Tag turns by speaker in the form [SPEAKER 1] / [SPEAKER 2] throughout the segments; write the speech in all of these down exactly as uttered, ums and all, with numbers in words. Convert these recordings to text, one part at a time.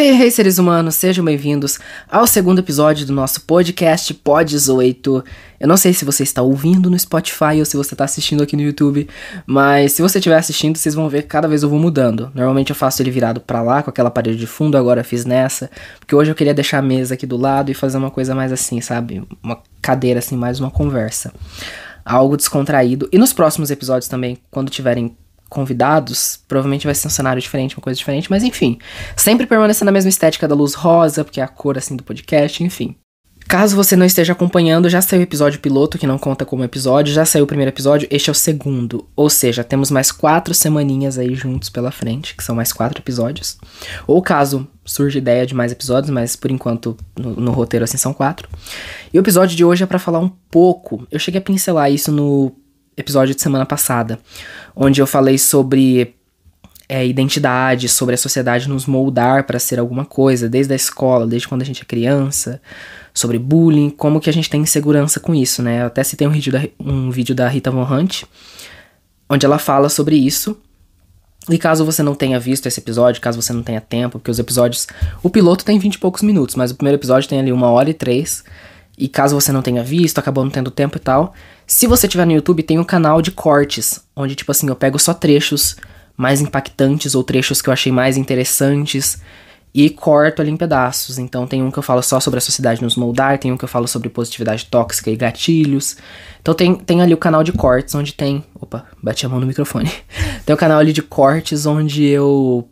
[SPEAKER 1] Hey, hey, seres humanos, sejam bem-vindos ao segundo episódio do nosso podcast Pod dezoito. Eu não sei se você está ouvindo no Spotify ou se você está assistindo aqui no YouTube, mas se você estiver assistindo, vocês vão ver que cada vez eu vou mudando. Normalmente eu faço ele virado pra lá, com aquela parede de fundo, agora eu fiz nessa, porque hoje eu queria deixar a mesa aqui do lado e fazer uma coisa mais assim, sabe? Uma cadeira assim, mais uma conversa. Algo descontraído. E nos próximos episódios também, quando tiverem convidados, provavelmente vai ser um cenário diferente, uma coisa diferente, mas enfim, sempre permanecendo na mesma estética da luz rosa, porque é a cor assim do podcast, enfim. Caso você não esteja acompanhando, já saiu o episódio piloto, que não conta como episódio, já saiu o primeiro episódio, este é o segundo, ou seja, temos mais quatro semaninhas aí juntos pela frente, que são mais quatro episódios, ou caso surja ideia de mais episódios, mas por enquanto no, no roteiro assim são quatro. E o episódio de hoje é pra falar um pouco, eu cheguei a pincelar isso no episódio de semana passada, onde eu falei sobre é, identidade, sobre a sociedade nos moldar para ser alguma coisa, desde a escola, desde quando a gente é criança, sobre bullying, como que a gente tem insegurança com isso, né? Eu até citei um vídeo da, um vídeo da Rita Von Hunt, onde ela fala sobre isso. E caso você não tenha visto esse episódio, caso você não tenha tempo, porque os episódios... O piloto tem vinte e poucos minutos, mas o primeiro episódio tem ali uma hora e três. E caso você não tenha visto, acabou não tendo tempo e tal, se você tiver no YouTube, tem um canal de cortes, onde, tipo assim, eu pego só trechos mais impactantes ou trechos que eu achei mais interessantes e corto ali em pedaços. Então tem um que eu falo só sobre a sociedade nos moldar, tem um que eu falo sobre positividade tóxica e gatilhos. Então tem, tem ali o canal de cortes, onde tem... Opa, bati a mão no microfone. Tem o canal ali de cortes, onde eu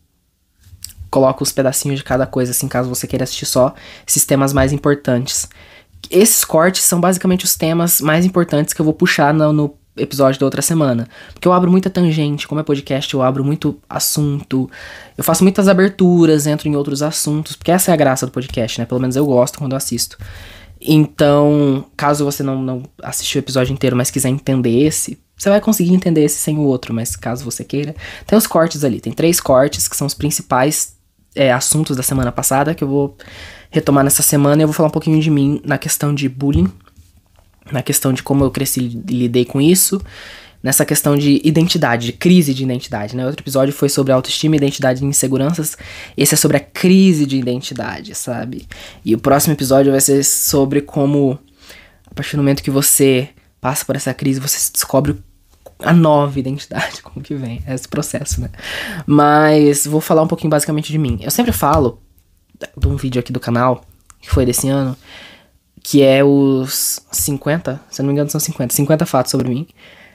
[SPEAKER 1] coloco os pedacinhos de cada coisa, assim, caso você queira assistir só esses temas mais importantes. Esses cortes são basicamente os temas mais importantes que eu vou puxar no, no episódio da outra semana. Porque eu abro muita tangente, como é podcast, eu abro muito assunto, eu faço muitas aberturas, entro em outros assuntos, porque essa é a graça do podcast, né? Pelo menos eu gosto quando eu assisto. Então, caso você não, não assistiu o episódio inteiro, mas quiser entender esse, você vai conseguir entender esse sem o outro, mas caso você queira, tem os cortes ali, tem três cortes que são os principais é, assuntos da semana passada, que eu vou retomar nessa semana. Eu vou falar um pouquinho de mim na questão de bullying, na questão de como eu cresci e lidei com isso, nessa questão de identidade, de crise de identidade, né? Outro episódio foi sobre autoestima, identidade e inseguranças. Esse é sobre a crise de identidade, sabe? E o próximo episódio vai ser sobre como, a partir do momento que você passa por essa crise, você descobre a nova identidade, como que vem, é esse processo, né? Mas vou falar um pouquinho basicamente de mim. Eu sempre falo de um vídeo aqui do canal, que foi desse ano, que é os cinquenta, se eu não me engano são cinquenta, cinquenta fatos sobre mim,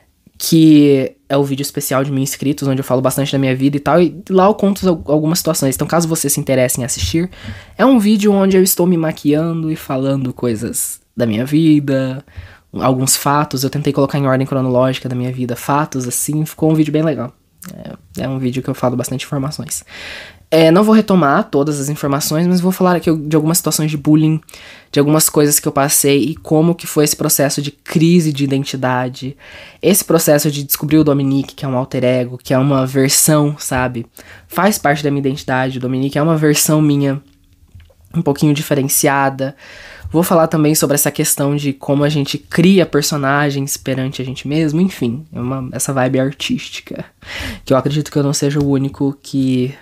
[SPEAKER 1] que é o vídeo especial de mil inscritos, onde eu falo bastante da minha vida e tal, e lá eu conto algumas situações. Então, caso você se interesse em assistir, é um vídeo onde eu estou me maquiando e falando coisas da minha vida, alguns fatos. Eu tentei colocar em ordem cronológica da minha vida, fatos assim, ficou um vídeo bem legal. É, é um vídeo que eu falo bastante informações. É, não vou retomar todas as informações, mas vou falar aqui de algumas situações de bullying, de algumas coisas que eu passei e como que foi esse processo de crise de identidade, esse processo de descobrir o Dominique, que é um alter ego, que é uma versão, sabe? Faz parte da minha identidade, o Dominique é uma versão minha um pouquinho diferenciada. Vou falar também sobre essa questão de como a gente cria personagens perante a gente mesmo, enfim, é uma, essa vibe artística, que eu acredito que eu não seja o único que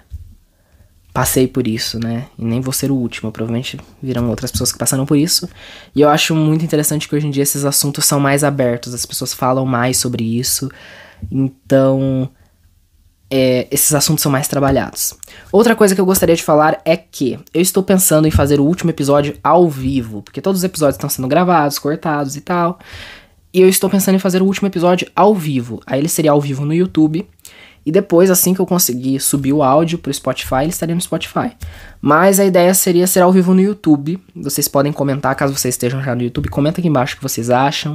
[SPEAKER 1] passei por isso, né? E nem vou ser o último, provavelmente virão outras pessoas que passaram por isso. E eu acho muito interessante que hoje em dia esses assuntos são mais abertos, as pessoas falam mais sobre isso. Então, é, esses assuntos são mais trabalhados. Outra coisa que eu gostaria de falar é que eu estou pensando em fazer o último episódio ao vivo, porque todos os episódios estão sendo gravados, cortados e tal. E eu estou pensando em fazer o último episódio ao vivo. Aí ele seria ao vivo no YouTube. E depois, assim que eu conseguir subir o áudio pro Spotify, ele estaria no Spotify. Mas a ideia seria ser ao vivo no YouTube. Vocês podem comentar, caso vocês estejam já no YouTube. Comenta aqui embaixo o que vocês acham.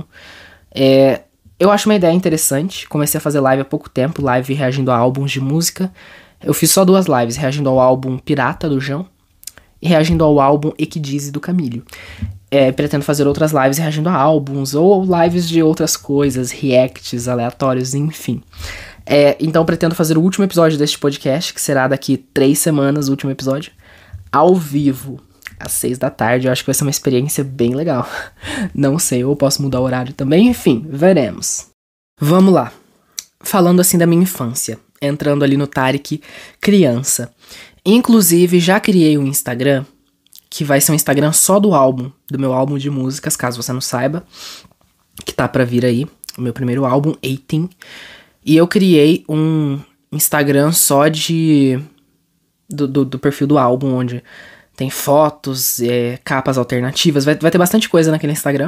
[SPEAKER 1] É, eu acho uma ideia interessante. Comecei a fazer live há pouco tempo. Live reagindo a álbuns de música. Eu fiz só duas lives. Reagindo ao álbum Pirata, do João. E reagindo ao álbum Equidize, do Camílio. É, pretendo fazer outras lives reagindo a álbuns. Ou lives de outras coisas. Reacts aleatórios, enfim. É, então pretendo fazer o último episódio deste podcast, que será daqui três semanas, o último episódio, ao vivo, às seis da tarde. Eu acho que vai ser uma experiência bem legal. Não sei, ou posso mudar o horário também, enfim, veremos. Vamos lá. Falando assim da minha infância, entrando ali no Tarek criança. Inclusive, já criei um Instagram, que vai ser um Instagram só do álbum, do meu álbum de músicas, caso você não saiba, que tá pra vir aí, o meu primeiro álbum, eighteen. E eu criei um Instagram só de do, do, do perfil do álbum, onde tem fotos, é, capas alternativas, vai, vai ter bastante coisa naquele Instagram.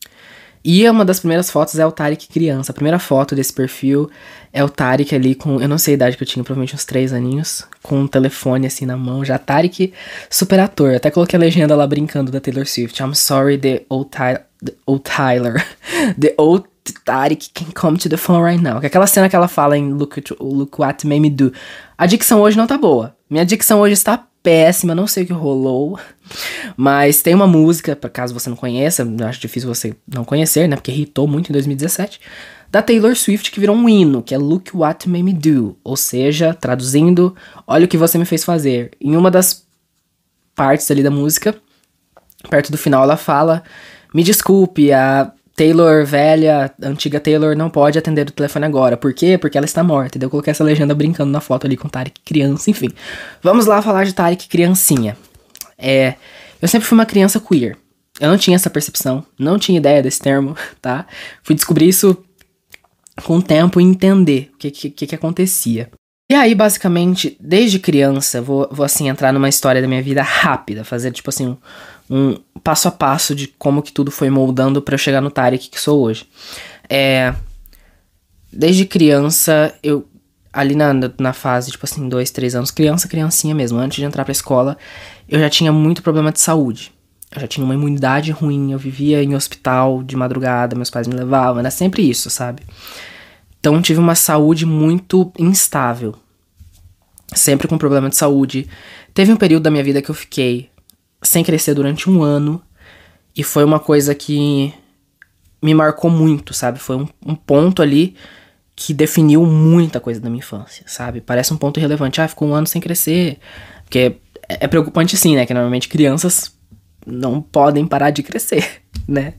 [SPEAKER 1] E uma das primeiras fotos é o Tarek criança. A primeira foto desse perfil é o Tarek ali com, eu não sei a idade que eu tinha, provavelmente uns três aninhos, com um telefone assim na mão, já Tarek super ator. Até coloquei a legenda lá brincando da Taylor Swift. I'm sorry, the old, Ty- the old Tyler. The old Tarek can come to the phone right now. Que é aquela cena que ela fala em Look, at, Look What Made Me Do. A dicção hoje não tá boa. Minha dicção hoje está péssima, não sei o que rolou. Mas tem uma música, pra caso você não conheça, eu acho difícil você não conhecer, né? Porque hitou muito em dois mil e dezessete. Da Taylor Swift, que virou um hino, que é Look What Made Me Do. Ou seja, traduzindo, olha o que você me fez fazer. Em uma das partes ali da música, perto do final, ela fala: me desculpe, a Taylor velha, a antiga Taylor, não pode atender o telefone agora. Por quê? Porque ela está morta. Daí eu coloquei essa legenda brincando na foto ali com Tarek criança, enfim. Vamos lá falar de Tarek criancinha. É, eu sempre fui uma criança queer. Eu não tinha essa percepção, não tinha ideia desse termo, tá? Fui descobrir isso com o tempo e entender o que, que, que acontecia. E aí, basicamente, desde criança, vou, vou assim, entrar numa história da minha vida rápida, fazer, tipo assim, um, um passo a passo de como que tudo foi moldando pra eu chegar no Tarek que sou hoje. É, desde criança, eu, ali na, na fase, tipo assim, dois, três anos, criança, criancinha mesmo, antes de entrar pra escola, eu já tinha muito problema de saúde. Eu já tinha uma imunidade ruim, eu vivia em hospital de madrugada, meus pais me levavam, era sempre isso, sabe? Então tive uma saúde muito instável, sempre com problema de saúde. Teve um período da minha vida que eu fiquei sem crescer durante um ano, e foi uma coisa que me marcou muito, sabe? Foi um, um ponto ali que definiu muita coisa da minha infância, sabe? Parece um ponto relevante, ah, ficou um ano sem crescer, porque é, é preocupante sim, né? Que normalmente crianças não podem parar de crescer, né?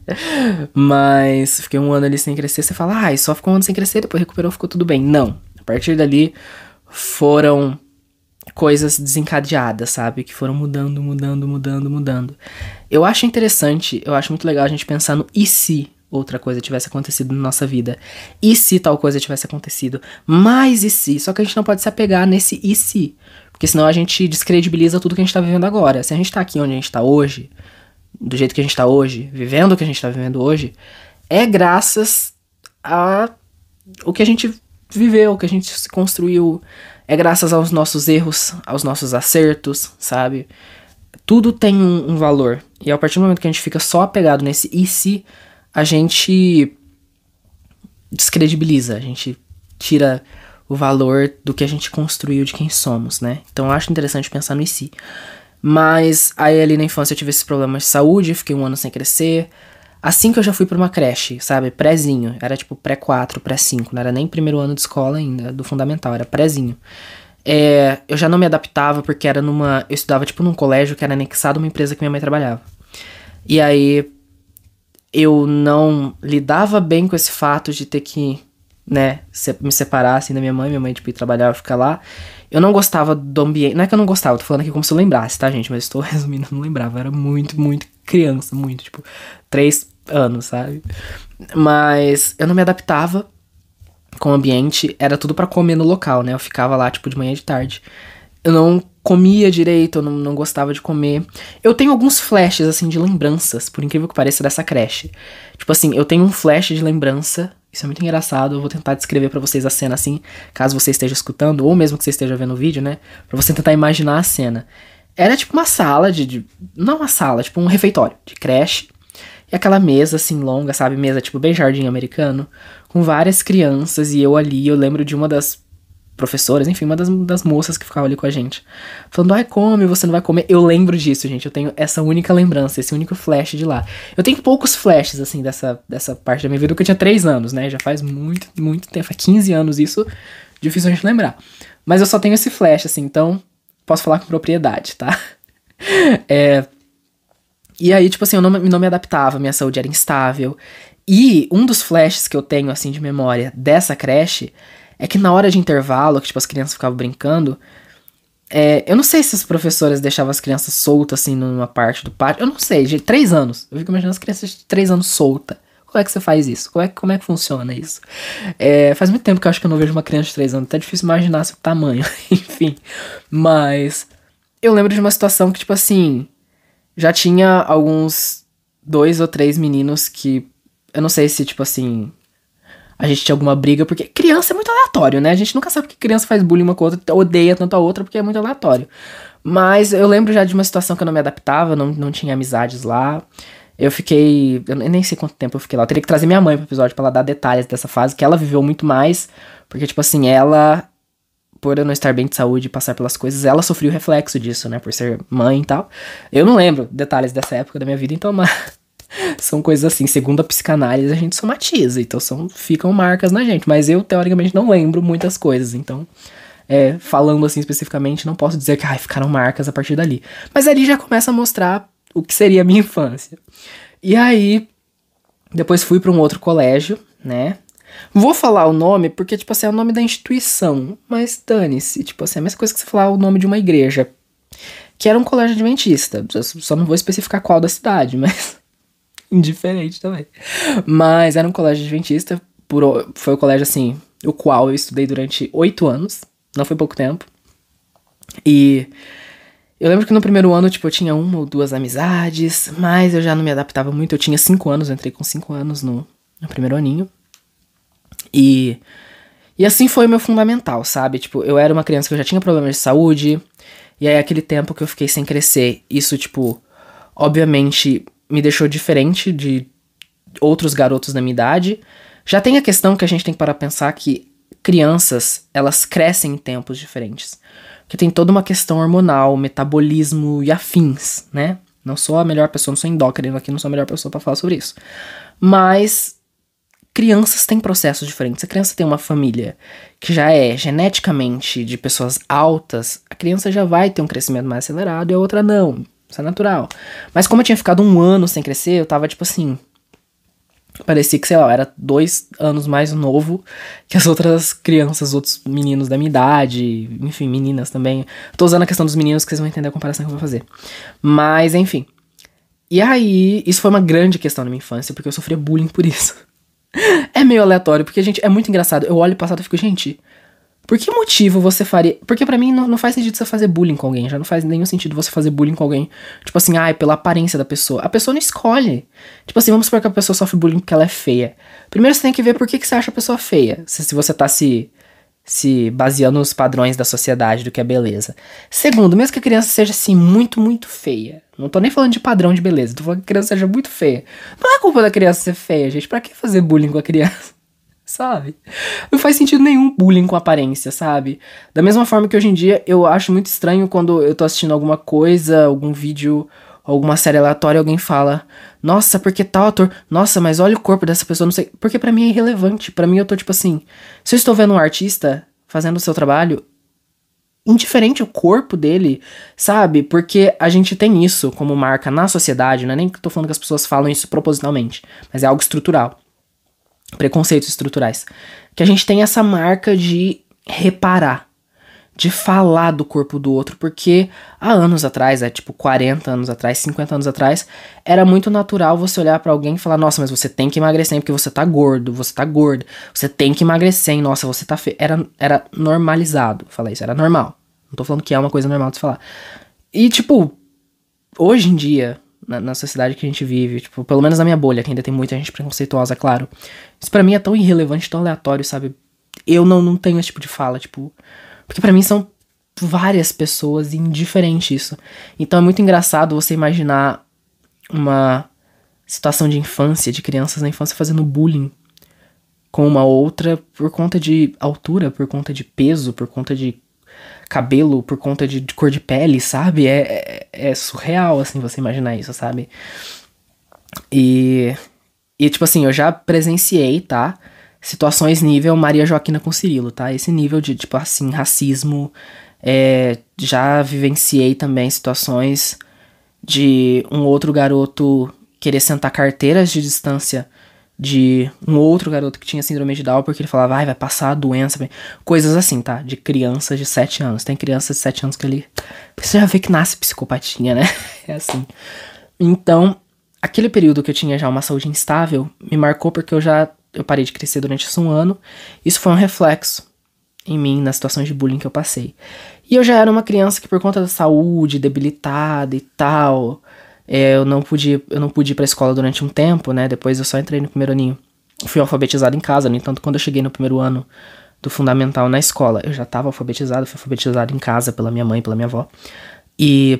[SPEAKER 1] Mas fiquei um ano ali sem crescer, você fala, ah, só ficou um ano sem crescer, depois recuperou, ficou tudo bem. Não, a partir dali foram coisas desencadeadas, sabe? Que foram mudando, mudando, mudando, mudando. Eu acho interessante, eu acho muito legal a gente pensar no e se outra coisa tivesse acontecido na nossa vida. E se tal coisa tivesse acontecido? Mas e se? Só que a gente não pode se apegar nesse e se. Porque senão a gente descredibiliza tudo que a gente tá vivendo agora. Se a gente tá aqui onde a gente tá hoje, do jeito que a gente tá hoje, vivendo o que a gente tá vivendo hoje, é graças a o que a gente viveu, o que a gente se construiu, é graças aos nossos erros, aos nossos acertos, sabe? Tudo tem um, um valor. E a partir do momento que a gente fica só apegado nesse e se, a gente descredibiliza, a gente tira o valor do que a gente construiu, de quem somos, né? Então eu acho interessante pensar no e se. Mas aí ali na infância eu tive esses problemas de saúde, fiquei um ano sem crescer. Assim que eu já fui pra uma creche, sabe? Prézinho. Era tipo pré quatro, pré cinco. Não era nem primeiro ano de escola ainda, do fundamental, era prézinho. É, eu já não me adaptava porque era numa... Eu estudava tipo num colégio que era anexado a uma empresa que minha mãe trabalhava. E aí eu não lidava bem com esse fato de ter que, né, se, me separar assim da minha mãe. Minha mãe tipo ia trabalhar, eu ficar lá. Eu não gostava do ambiente... Não é que eu não gostava, tô falando aqui como se eu lembrasse, tá, gente? Mas estou resumindo, eu não lembrava. Eu era muito, muito criança, muito, tipo, três anos, sabe? Mas eu não me adaptava com o ambiente, era tudo pra comer no local, né? Eu ficava lá, tipo, de manhã e de tarde. Eu não comia direito, eu não, não gostava de comer. Eu tenho alguns flashes, assim, de lembranças, por incrível que pareça, dessa creche. Tipo assim, eu tenho um flash de lembrança, isso é muito engraçado, eu vou tentar descrever pra vocês a cena, assim, caso você esteja escutando, ou mesmo que você esteja vendo o vídeo, né? Pra você tentar imaginar a cena. Era tipo uma sala de... de não uma sala, tipo um refeitório de creche. E aquela mesa, assim, longa, sabe? Mesa, tipo, bem jardim americano. Com várias crianças e eu ali. Eu lembro de uma das professoras, enfim, uma das, das moças que ficava ali com a gente. Falando, ai, come, você não vai comer. Eu lembro disso, gente. Eu tenho essa única lembrança, esse único flash de lá. Eu tenho poucos flashes, assim, dessa, dessa parte da minha vida, porque eu tinha três anos, né? Já faz muito, muito tempo. Faz quinze anos isso. Difícil a gente lembrar. Mas eu só tenho esse flash, assim, então posso falar com propriedade, tá? É... E aí, tipo assim, eu não, não me adaptava, minha saúde era instável. E um dos flashes que eu tenho, assim, de memória dessa creche é que na hora de intervalo, que, tipo, as crianças ficavam brincando, É, eu não sei se as professoras deixavam as crianças soltas, assim, numa parte do pátio. Eu não sei, de três anos. Eu fico imaginando as crianças de três anos soltas. Como é que você faz isso? Como é, como é que funciona isso? É, faz muito tempo que eu acho que eu não vejo uma criança de três anos. Até difícil imaginar seu tamanho. Enfim. Mas eu lembro de uma situação que, tipo assim, já tinha alguns dois ou três meninos que... Eu não sei se, tipo assim... A gente tinha alguma briga, porque criança é muito aleatório, né? A gente nunca sabe que criança faz bullying uma com a outra, odeia tanto a outra, porque é muito aleatório. Mas eu lembro já de uma situação que eu não me adaptava, não, não tinha amizades lá. Eu fiquei... Eu nem sei quanto tempo eu fiquei lá. Eu teria que trazer minha mãe pro episódio pra ela dar detalhes dessa fase, que ela viveu muito mais. Porque, tipo assim, ela... Por eu não estar bem de saúde e passar pelas coisas, ela sofreu o reflexo disso, né? Por ser mãe e tal. Eu não lembro detalhes dessa época da minha vida, então... Mas... São coisas assim, segundo a psicanálise, a gente somatiza. Então são, ficam marcas na gente. Mas eu, teoricamente, não lembro muitas coisas. Então, é, falando assim especificamente, não posso dizer que ai, ficaram marcas a partir dali. Mas ali já começa a mostrar o que seria a minha infância. E aí, depois fui para um outro colégio, né? Vou falar o nome porque, tipo assim, é o nome da instituição. Mas dane-se, tipo assim, é a mesma coisa que você falar o nome de uma igreja. Que era um colégio adventista. Só não vou especificar qual da cidade, mas... indiferente também. Mas era um colégio adventista. Por, foi o colégio, assim, o qual eu estudei durante oito anos. Não foi pouco tempo. E... eu lembro que no primeiro ano, tipo, eu tinha uma ou duas amizades, mas eu já não me adaptava muito. Eu tinha cinco anos, eu entrei com cinco anos no, no primeiro aninho. E, e assim foi o meu fundamental, sabe? Tipo, eu era uma criança que eu já tinha problemas de saúde, e aí aquele tempo que eu fiquei sem crescer, isso, tipo, obviamente me deixou diferente de outros garotos da minha idade. Já tem a questão que a gente tem que parar pra pensar que crianças, elas crescem em tempos diferentes. Porque tem toda uma questão hormonal, metabolismo e afins, né? Não sou a melhor pessoa, não sou endócrino aqui, não sou a melhor pessoa pra falar sobre isso. Mas crianças têm processos diferentes. Se a criança tem uma família que já é geneticamente de pessoas altas, a criança já vai ter um crescimento mais acelerado e a outra não. Isso é natural. Mas como eu tinha ficado um ano sem crescer, eu tava tipo assim... parecia que, sei lá, eu era dois anos mais novo que as outras crianças, outros meninos da minha idade, enfim, meninas também. Tô usando a questão dos meninos que vocês vão entender a comparação que eu vou fazer. Mas, enfim. E aí, isso foi uma grande questão na minha infância, porque eu sofria bullying por isso. É meio aleatório, porque, gente, é muito engraçado. Eu olho o passado e fico, gente... por que motivo você faria... porque pra mim não, não faz sentido você fazer bullying com alguém. Já não faz nenhum sentido você fazer bullying com alguém. Tipo assim, ai, pela aparência da pessoa. A pessoa não escolhe. Tipo assim, vamos supor que a pessoa sofre bullying porque ela é feia. Primeiro você tem que ver por que, que você acha a pessoa feia. Se, se você tá se, se baseando nos padrões da sociedade, do que é beleza. Segundo, mesmo que a criança seja assim, muito, muito feia. Não tô nem falando de padrão de beleza. Tô falando que a criança seja muito feia. Não é culpa da criança ser feia, gente. Pra que fazer bullying com a criança? Sabe? Não faz sentido nenhum bullying com aparência, sabe? Da mesma forma que hoje em dia eu acho muito estranho quando eu tô assistindo alguma coisa, algum vídeo, alguma série aleatória, alguém fala, nossa, porque tal ator, nossa, mas olha o corpo dessa pessoa, não sei, porque pra mim é irrelevante. Pra mim eu tô tipo assim, se eu estou vendo um artista fazendo o seu trabalho, indiferente o corpo dele, sabe? Porque a gente tem isso como marca na sociedade, não é nem que eu tô falando que as pessoas falam isso propositalmente, mas é algo estrutural. Preconceitos estruturais. Que a gente tem essa marca de reparar, de falar do corpo do outro, porque há anos atrás, é tipo quarenta anos atrás, cinquenta anos atrás, era muito natural você olhar pra alguém e falar, nossa, mas você tem que emagrecer, porque você tá gordo, você tá gordo, você tem que emagrecer, hein? Nossa, você tá feio. Era, era normalizado falar isso, era normal. Não tô falando que é uma coisa normal de se falar. E tipo, hoje em dia... Na, na sociedade que a gente vive, tipo, pelo menos na minha bolha, que ainda tem muita gente preconceituosa, claro. Isso pra mim é tão irrelevante, tão aleatório, sabe? Eu não, não tenho esse tipo de fala, tipo... porque pra mim são várias pessoas e indiferente isso. Então é muito engraçado você imaginar uma situação de infância, de crianças na infância fazendo bullying com uma outra por conta de altura, por conta de peso, por conta de cabelo, por conta de, de cor de pele, sabe? É, é, é surreal, assim, você imaginar isso, sabe? E, e, tipo assim, eu já presenciei, tá? Situações nível Maria Joaquina com Cirilo, tá? Esse nível de, tipo assim, racismo. É, já vivenciei também situações de um outro garoto querer sentar carteiras de distância de um outro garoto que tinha síndrome de Down, porque ele falava, ai, vai passar a doença. Coisas assim, tá? De crianças de sete anos. Tem crianças de sete anos que ele... Você já vê que nasce psicopatia, né? É assim. Então, aquele período que eu tinha já uma saúde instável, me marcou porque eu já... Eu parei de crescer durante esse um ano. Isso foi um reflexo em mim, nas situações de bullying que eu passei. E eu já era uma criança que, por conta da saúde, debilitada e tal... É, eu não pude, eu não pude ir pra escola durante um tempo, né? Depois eu só entrei no primeiro aninho. Fui alfabetizado em casa, no entanto, quando eu cheguei no primeiro ano do fundamental na escola, eu já estava alfabetizado, fui alfabetizado em casa pela minha mãe, pela minha avó. E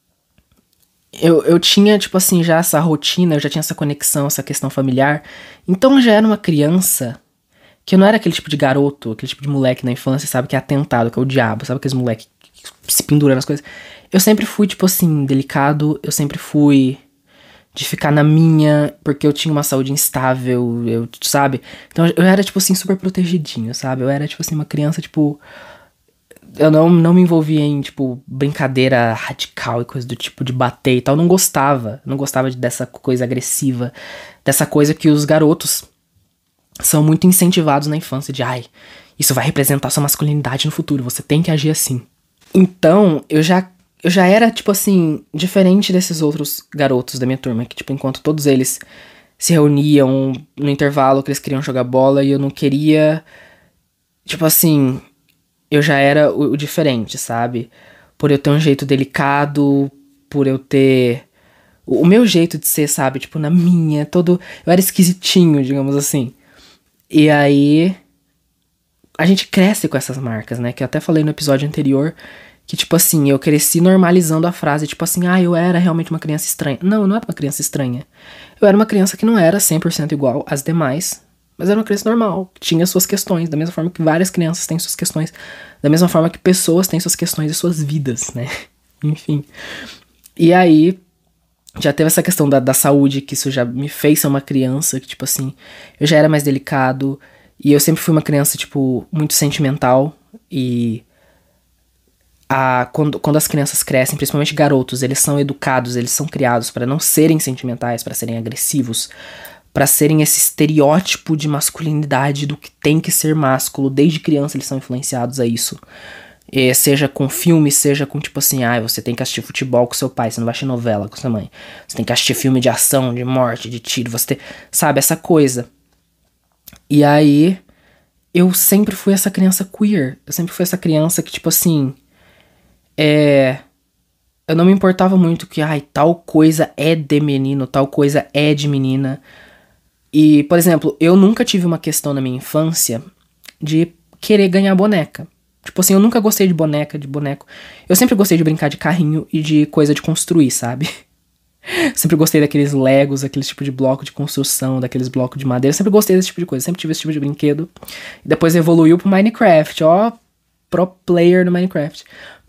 [SPEAKER 1] eu, eu tinha, tipo assim, já essa rotina, eu já tinha essa conexão, essa questão familiar. Então eu já era uma criança que eu não era aquele tipo de garoto, aquele tipo de moleque na infância, sabe? Que é atentado, que é o diabo, sabe? Aqueles moleque que se pendura nas coisas. Eu sempre fui, tipo assim, delicado, eu sempre fui de ficar na minha, porque eu tinha uma saúde instável, eu, sabe? Então eu era, tipo assim, super protegidinho, sabe? Eu era, tipo assim, uma criança, tipo... Eu não, não me envolvia em, tipo, brincadeira radical e coisa do tipo de bater e tal. Eu não gostava, não gostava dessa coisa agressiva, dessa coisa que os garotos são muito incentivados na infância, de, ai, isso vai representar sua masculinidade no futuro, você tem que agir assim. Então, eu já... Eu já era, tipo assim, diferente desses outros garotos da minha turma, que, tipo, enquanto todos eles se reuniam no intervalo que eles queriam jogar bola e eu não queria, tipo assim, eu já era o, o diferente, sabe? Por eu ter um jeito delicado, por eu ter o, o meu jeito de ser, sabe? Tipo, na minha, todo... Eu era esquisitinho, digamos assim. E aí, a gente cresce com essas marcas, né? Que eu até falei no episódio anterior... Que, tipo assim, eu cresci normalizando a frase, tipo assim, ah, eu era realmente uma criança estranha. Não, eu não era uma criança estranha. Eu era uma criança que não era cem por cento igual às demais, mas era uma criança normal, que tinha suas questões, da mesma forma que várias crianças têm suas questões, da mesma forma que pessoas têm suas questões e suas vidas, né? Enfim. E aí, já teve essa questão da, da saúde, que isso já me fez ser uma criança, que, tipo assim, eu já era mais delicado, e eu sempre fui uma criança, tipo, muito sentimental, e... A, quando, quando as crianças crescem, principalmente garotos, eles são educados, eles são criados para não serem sentimentais, para serem agressivos, para serem esse estereótipo de masculinidade do que tem que ser másculo. Desde criança eles são influenciados a isso. E, seja com filme, seja com tipo assim, ah, você tem que assistir futebol com seu pai, você não vai assistir novela com sua mãe. Você tem que assistir filme de ação, de morte, de tiro, você tem, sabe, essa coisa. E aí, eu sempre fui essa criança queer. Eu sempre fui essa criança que tipo assim... É, eu não me importava muito que, ai, tal coisa é de menino, tal coisa é de menina. E, por exemplo, eu nunca tive uma questão na minha infância de querer ganhar boneca. Tipo assim, eu nunca gostei de boneca, de boneco. Eu sempre gostei de brincar de carrinho e de coisa de construir, sabe? Sempre gostei daqueles Legos, aquele tipo de bloco de construção, daqueles blocos de madeira. Sempre gostei desse tipo de coisa, sempre tive esse tipo de brinquedo. E depois evoluiu pro Minecraft, ó... pro player no Minecraft.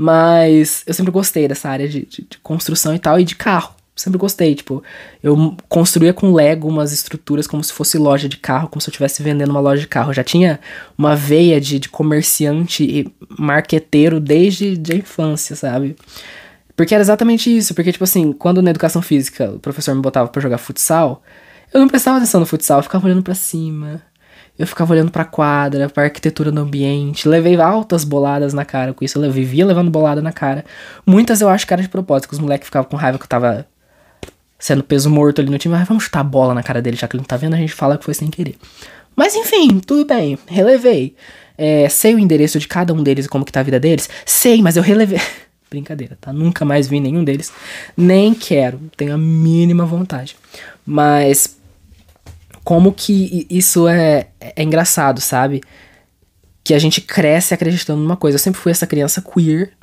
[SPEAKER 1] Mas eu sempre gostei dessa área de, de, de construção e tal, e de carro. Sempre gostei, tipo, eu construía com Lego umas estruturas como se fosse loja de carro, como se eu estivesse vendendo uma loja de carro. Eu já tinha uma veia de, de comerciante e marqueteiro desde a infância, sabe? Porque era exatamente isso, porque, tipo assim, quando na educação física o professor me botava pra jogar futsal, eu não prestava atenção no futsal, eu ficava olhando pra cima... Eu ficava olhando pra quadra, pra arquitetura do ambiente. Levei altas boladas na cara com isso. Eu vivia levando bolada na cara. Muitas eu acho que era de propósito, que os moleques ficavam com raiva que eu tava sendo peso morto ali no time. Ah, vamos chutar a bola na cara dele, já que ele não tá vendo, a gente fala que foi sem querer. Mas enfim, tudo bem, relevei. É, sei o endereço de cada um deles e como que tá a vida deles? Sei, mas eu relevei. Brincadeira, tá? Nunca mais vi nenhum deles. Nem quero, tenho a mínima vontade. Mas... Como que isso é, é engraçado, sabe? Que a gente cresce acreditando numa coisa. Eu sempre fui essa criança queer.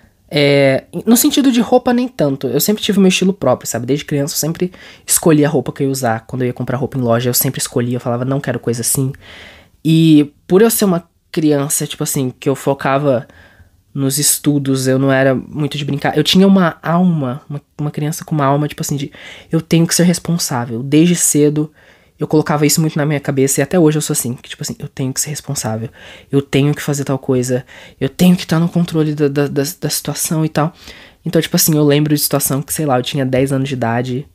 [SPEAKER 1] É, no sentido de roupa, nem tanto. Eu sempre tive meu estilo próprio, sabe? Desde criança eu sempre escolhia a roupa que eu ia usar. Quando eu ia comprar roupa em loja, eu sempre escolhia. Eu falava, não quero coisa assim. E por eu ser uma criança, tipo assim, que eu focava nos estudos, eu não era muito de brincar. Eu tinha uma alma, uma, uma criança com uma alma, tipo assim, de eu tenho que ser responsável. Desde cedo... Eu colocava isso muito na minha cabeça e até hoje eu sou assim, que tipo assim, eu tenho que ser responsável, eu tenho que fazer tal coisa, eu tenho que estar no controle da, da, da, da situação e tal. Então, tipo assim, eu lembro de situação que, sei lá, eu tinha dez anos de idade,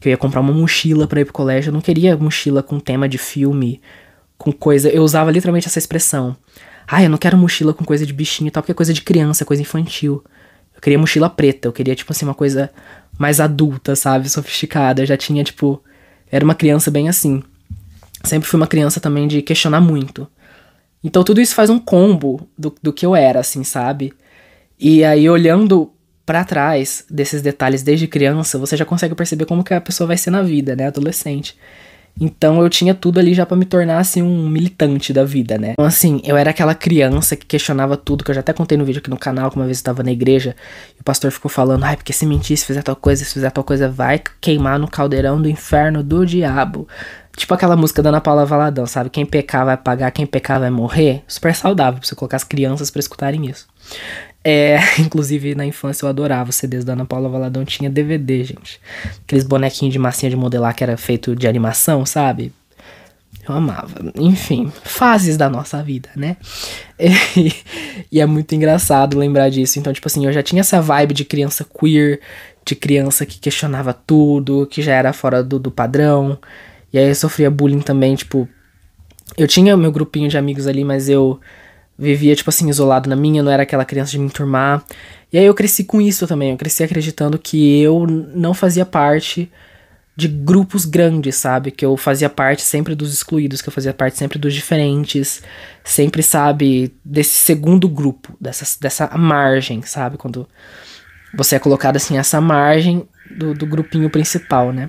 [SPEAKER 1] que eu ia comprar uma mochila pra ir pro colégio. Eu não queria mochila com tema de filme, com coisa... Eu usava literalmente essa expressão. Ah, eu não quero mochila com coisa de bichinho e tal, porque é coisa de criança, coisa infantil. Eu queria mochila preta, eu queria, tipo assim, uma coisa mais adulta, sabe? Sofisticada. Eu já tinha, tipo... Era uma criança bem assim. Sempre fui uma criança também de questionar muito. Então tudo isso faz um combo do, do que eu era, assim, sabe? E aí, olhando pra trás desses detalhes desde criança, você já consegue perceber como que a pessoa vai ser na vida, né? Adolescente. Então eu tinha tudo ali já pra me tornar, assim, um militante da vida, né? Então, assim, eu era aquela criança que questionava tudo, que eu já até contei no vídeo aqui no canal, que uma vez eu tava na igreja, e o pastor ficou falando, ai, porque se mentir, se fizer tal coisa, se fizer tal coisa, vai queimar no caldeirão do inferno do diabo. Tipo aquela música da Ana Paula Valadão, sabe? Quem pecar vai pagar, quem pecar vai morrer. Super saudável pra você colocar as crianças pra escutarem isso. É, inclusive na infância eu adorava os C Ds da Ana Paula Valadão, tinha D V D, gente. Aqueles bonequinhos de massinha de modelar que era feito de animação, sabe? Eu amava. Enfim, fases da nossa vida, né? E, e é muito engraçado lembrar disso. Então, tipo assim, eu já tinha essa vibe de criança queer, de criança que questionava tudo, que já era fora do, do padrão. E aí eu sofria bullying também, tipo... Eu tinha meu grupinho de amigos ali, mas eu vivia, tipo assim, isolado na minha, não era aquela criança de me enturmar. E aí eu cresci com isso também, eu cresci acreditando que eu não fazia parte de grupos grandes, sabe? Que eu fazia parte sempre dos excluídos, que eu fazia parte sempre dos diferentes, sempre, sabe, desse segundo grupo, dessa, dessa margem, sabe? Quando você é colocado, assim, essa margem do, do grupinho principal, né?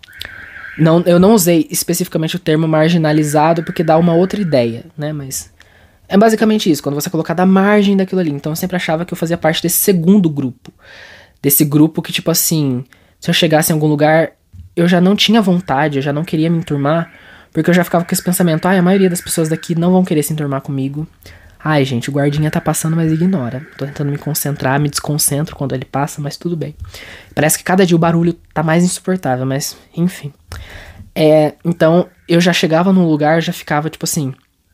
[SPEAKER 1] Não, eu não usei especificamente o termo marginalizado porque dá uma outra ideia, né? Mas é basicamente isso, quando você é colocado à margem daquilo ali. Então eu sempre achava que eu fazia parte desse segundo grupo. Desse grupo que, tipo assim, se eu chegasse em algum lugar, eu já não tinha vontade, eu já não queria me enturmar, porque eu já ficava com esse pensamento, ai, a maioria das pessoas daqui não vão querer se enturmar comigo. Ai, gente, o guardinha tá passando, mas ignora. Tô tentando me concentrar, me desconcentro quando ele passa, mas tudo bem. Parece que cada dia o barulho tá mais insuportável, mas enfim. É, então, eu já chegava num lugar, já ficava, tipo assim...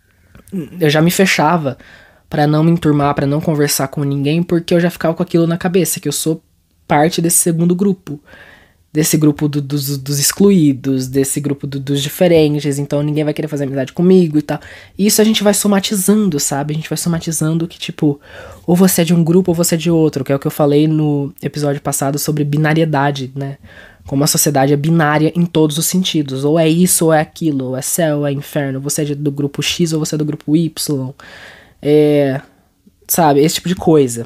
[SPEAKER 1] Eu já me fechava pra não me enturmar, pra não conversar com ninguém, porque eu já ficava com aquilo na cabeça, que eu sou parte desse segundo grupo. Desse grupo do, dos, dos excluídos, desse grupo do, dos diferentes, então ninguém vai querer fazer amizade comigo e tal. E isso a gente vai somatizando, sabe? A gente vai somatizando que, tipo, ou você é de um grupo ou você é de outro, que é o que eu falei no episódio passado sobre binariedade, né? Como a sociedade é binária em todos os sentidos. Ou é isso ou é aquilo, ou é céu ou é inferno, você é do grupo X ou você é do grupo Y. É, sabe? Esse tipo de coisa.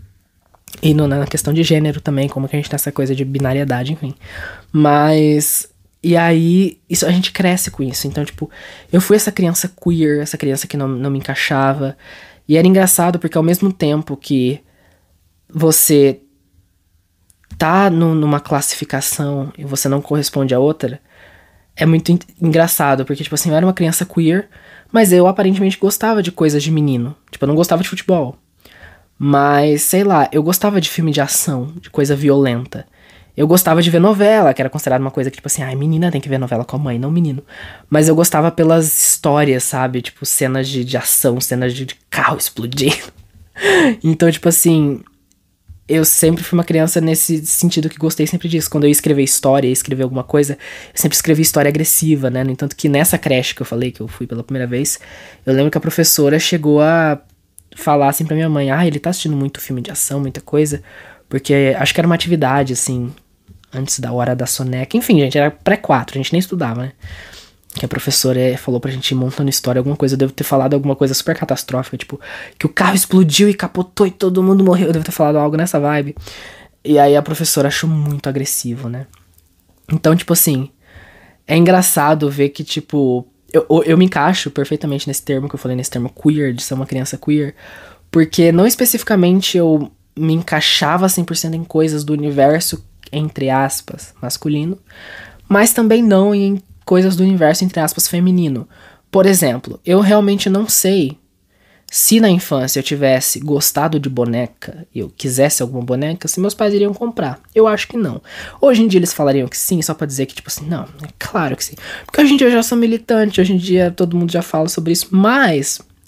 [SPEAKER 1] E no, na questão de gênero também, como que a gente tem essa coisa de binariedade, enfim. Mas... E aí, isso, a gente cresce com isso. Então, tipo, eu fui essa criança queer, essa criança que não, não me encaixava. E era engraçado porque ao mesmo tempo que você tá no, numa classificação e você não corresponde a outra, é muito en- engraçado. Porque, tipo assim, eu era uma criança queer, mas eu aparentemente gostava de coisas de menino. Tipo, eu não gostava de futebol. Mas, sei lá, eu gostava de filme de ação, de coisa violenta. Eu gostava de ver novela, que era considerada uma coisa que, tipo assim, ai, menina tem que ver novela com a mãe, não menino. Mas eu gostava pelas histórias, sabe? Tipo, cenas de, de ação, cenas de, de carro explodindo. Então, tipo assim, eu sempre fui uma criança nesse sentido que gostei sempre disso. Quando eu ia escrever história, ia escrever alguma coisa, eu sempre escrevi história agressiva, né? No entanto que nessa creche que eu falei, que eu fui pela primeira vez, eu lembro que a professora chegou a falar assim pra minha mãe, ah, ele tá assistindo muito filme de ação, muita coisa, porque acho que era uma atividade, assim, antes da hora da soneca, enfim, gente, era pré quatro, a gente nem estudava, né, que a professora falou pra gente ir montando história, alguma coisa, eu devo ter falado alguma coisa super catastrófica, tipo, que o carro explodiu e capotou e todo mundo morreu, eu devo ter falado algo nessa vibe, e aí a professora achou muito agressivo, né, então, tipo assim, é engraçado ver que, tipo, Eu, eu me encaixo perfeitamente nesse termo que eu falei, nesse termo queer, de ser uma criança queer, porque não especificamente eu me encaixava cem por cento em coisas do universo, entre aspas, masculino, mas também não em coisas do universo, entre aspas, feminino. Por exemplo, eu realmente não sei se na infância eu tivesse gostado de boneca e eu quisesse alguma boneca, se meus pais iriam comprar. Eu acho que não. Hoje em dia eles falariam que sim, só pra dizer que, tipo assim, não, é claro que sim. Porque hoje em dia eu já sou militante, hoje em dia todo mundo já fala sobre isso, mas,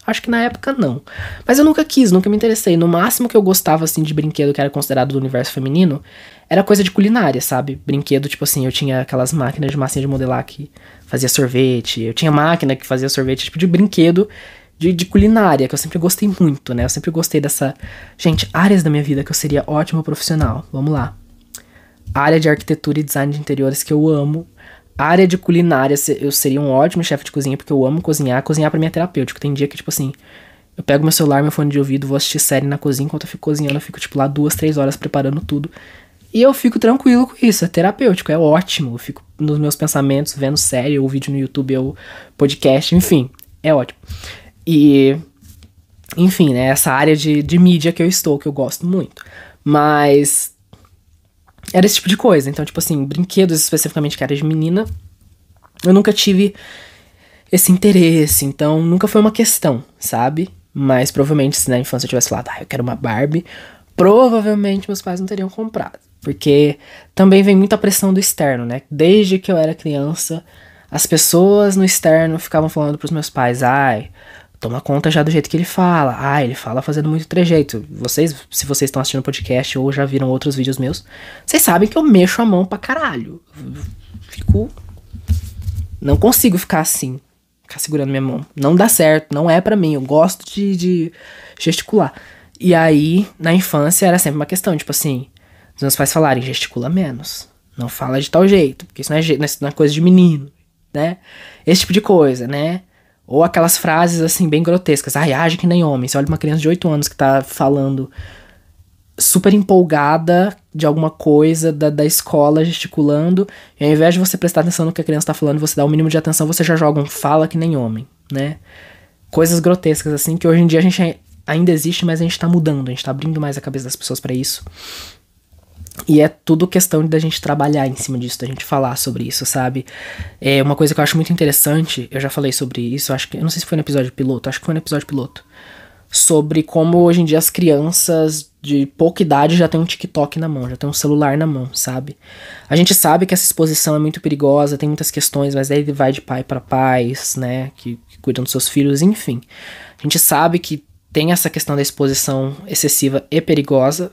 [SPEAKER 1] Acho que na época não. Mas eu nunca quis, nunca me interessei. No máximo que eu gostava, assim, de brinquedo que era considerado do universo feminino, era coisa de culinária, sabe? Brinquedo, tipo assim, eu tinha aquelas máquinas de massinha de modelar que fazia sorvete. Eu tinha máquina que fazia sorvete, tipo de brinquedo de, de culinária, que eu sempre gostei muito, né? Eu sempre gostei dessa... Gente, áreas da minha vida que eu seria ótimo profissional. Vamos lá. Área de arquitetura e design de interiores que eu amo. Área de culinária, eu seria um ótimo chefe de cozinha, porque eu amo cozinhar. Cozinhar pra mim é terapêutico. Tem dia que, tipo assim, eu pego meu celular, meu fone de ouvido, vou assistir série na cozinha. Enquanto eu fico cozinhando, eu fico, tipo, lá duas, três horas preparando tudo. E eu fico tranquilo com isso, é terapêutico, é ótimo. Eu fico nos meus pensamentos, vendo série, ou vídeo no YouTube, ou podcast, enfim, é ótimo. E, enfim, né, essa área de, de mídia que eu estou, que eu gosto muito. Mas... era esse tipo de coisa. Então, tipo assim, brinquedos especificamente que era de menina, eu nunca tive esse interesse. Então, nunca foi uma questão, sabe? Mas provavelmente se na infância eu tivesse falado, ah, eu quero uma Barbie, provavelmente meus pais não teriam comprado. Porque também vem muita pressão do externo, né? Desde que eu era criança, as pessoas no externo ficavam falando pros meus pais, ai... toma conta já do jeito que ele fala. Ah, ele fala fazendo muito trejeito. Vocês, se vocês estão assistindo o podcast ou já viram outros vídeos meus, vocês sabem que eu mexo a mão pra caralho. Fico... não consigo ficar assim. Ficar segurando minha mão. Não dá certo, não é pra mim. Eu gosto de, de gesticular. E aí, na infância, era sempre uma questão, tipo assim... os meus pais falarem, gesticula menos. Não fala de tal jeito, porque isso não é, não é coisa de menino, né? Esse tipo de coisa, né? Ou aquelas frases, assim, bem grotescas. Ai, age que nem homem. Você olha uma criança de oito anos que tá falando super empolgada de alguma coisa da, da escola, gesticulando. E ao invés de você prestar atenção no que a criança tá falando, você dá o mínimo de atenção, você já joga um fala que nem homem, né? Coisas grotescas, assim, que hoje em dia a gente ainda existe, mas a gente tá mudando. A gente tá abrindo mais a cabeça das pessoas pra isso. E é tudo questão da gente trabalhar em cima disso, da gente falar sobre isso, sabe? É uma coisa que eu acho muito interessante, eu já falei sobre isso, acho que, eu não sei se foi no episódio piloto, acho que foi no episódio piloto, sobre como hoje em dia as crianças de pouca idade já têm um TikTok na mão, já tem um celular na mão, sabe? A gente sabe que essa exposição é muito perigosa, tem muitas questões, mas aí vai de pai para pais, né, que, que cuidam dos seus filhos, enfim. A gente sabe que tem essa questão da exposição excessiva e perigosa,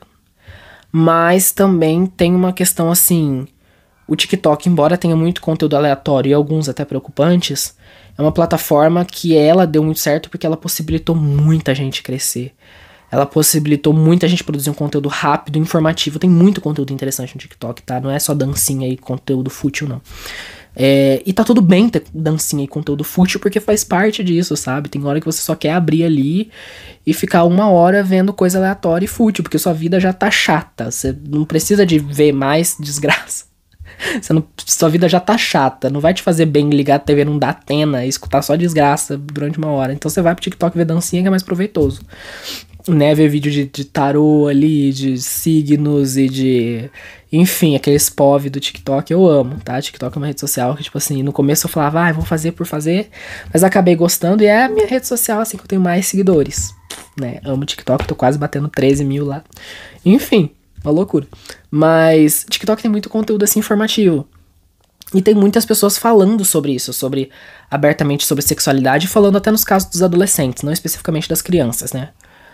[SPEAKER 1] mas também tem uma questão assim, o TikTok, embora tenha muito conteúdo aleatório e alguns até preocupantes, é uma plataforma que ela deu muito certo porque ela possibilitou muita gente crescer. Ela possibilitou muita gente produzir um conteúdo rápido, informativo. Tem muito conteúdo interessante no TikTok, tá? Não é só dancinha e conteúdo fútil, não. É, e tá tudo bem ter dancinha e conteúdo fútil, porque faz parte disso, sabe? Tem hora que você só quer abrir ali e ficar uma hora vendo coisa aleatória e fútil, porque sua vida já tá chata. Você não precisa de ver mais desgraça. Você não, sua vida já tá chata. Não vai te fazer bem ligar a T V, não dar Atena e escutar só desgraça durante uma hora. Então você vai pro TikTok ver dancinha, que é mais proveitoso. Né, ver vídeo de, de tarô ali, de signos e de... enfim, aqueles P O V do TikTok eu amo, tá? TikTok é uma rede social que, tipo assim, no começo eu falava, ah, vou fazer por fazer, mas acabei gostando e é a minha rede social, assim, que eu tenho mais seguidores, né? Amo TikTok, tô quase batendo treze mil lá. Enfim, uma loucura. Mas TikTok tem muito conteúdo, assim, informativo. E tem muitas pessoas falando sobre isso, sobre abertamente sobre sexualidade, falando até nos casos dos adolescentes, não especificamente das crianças, né?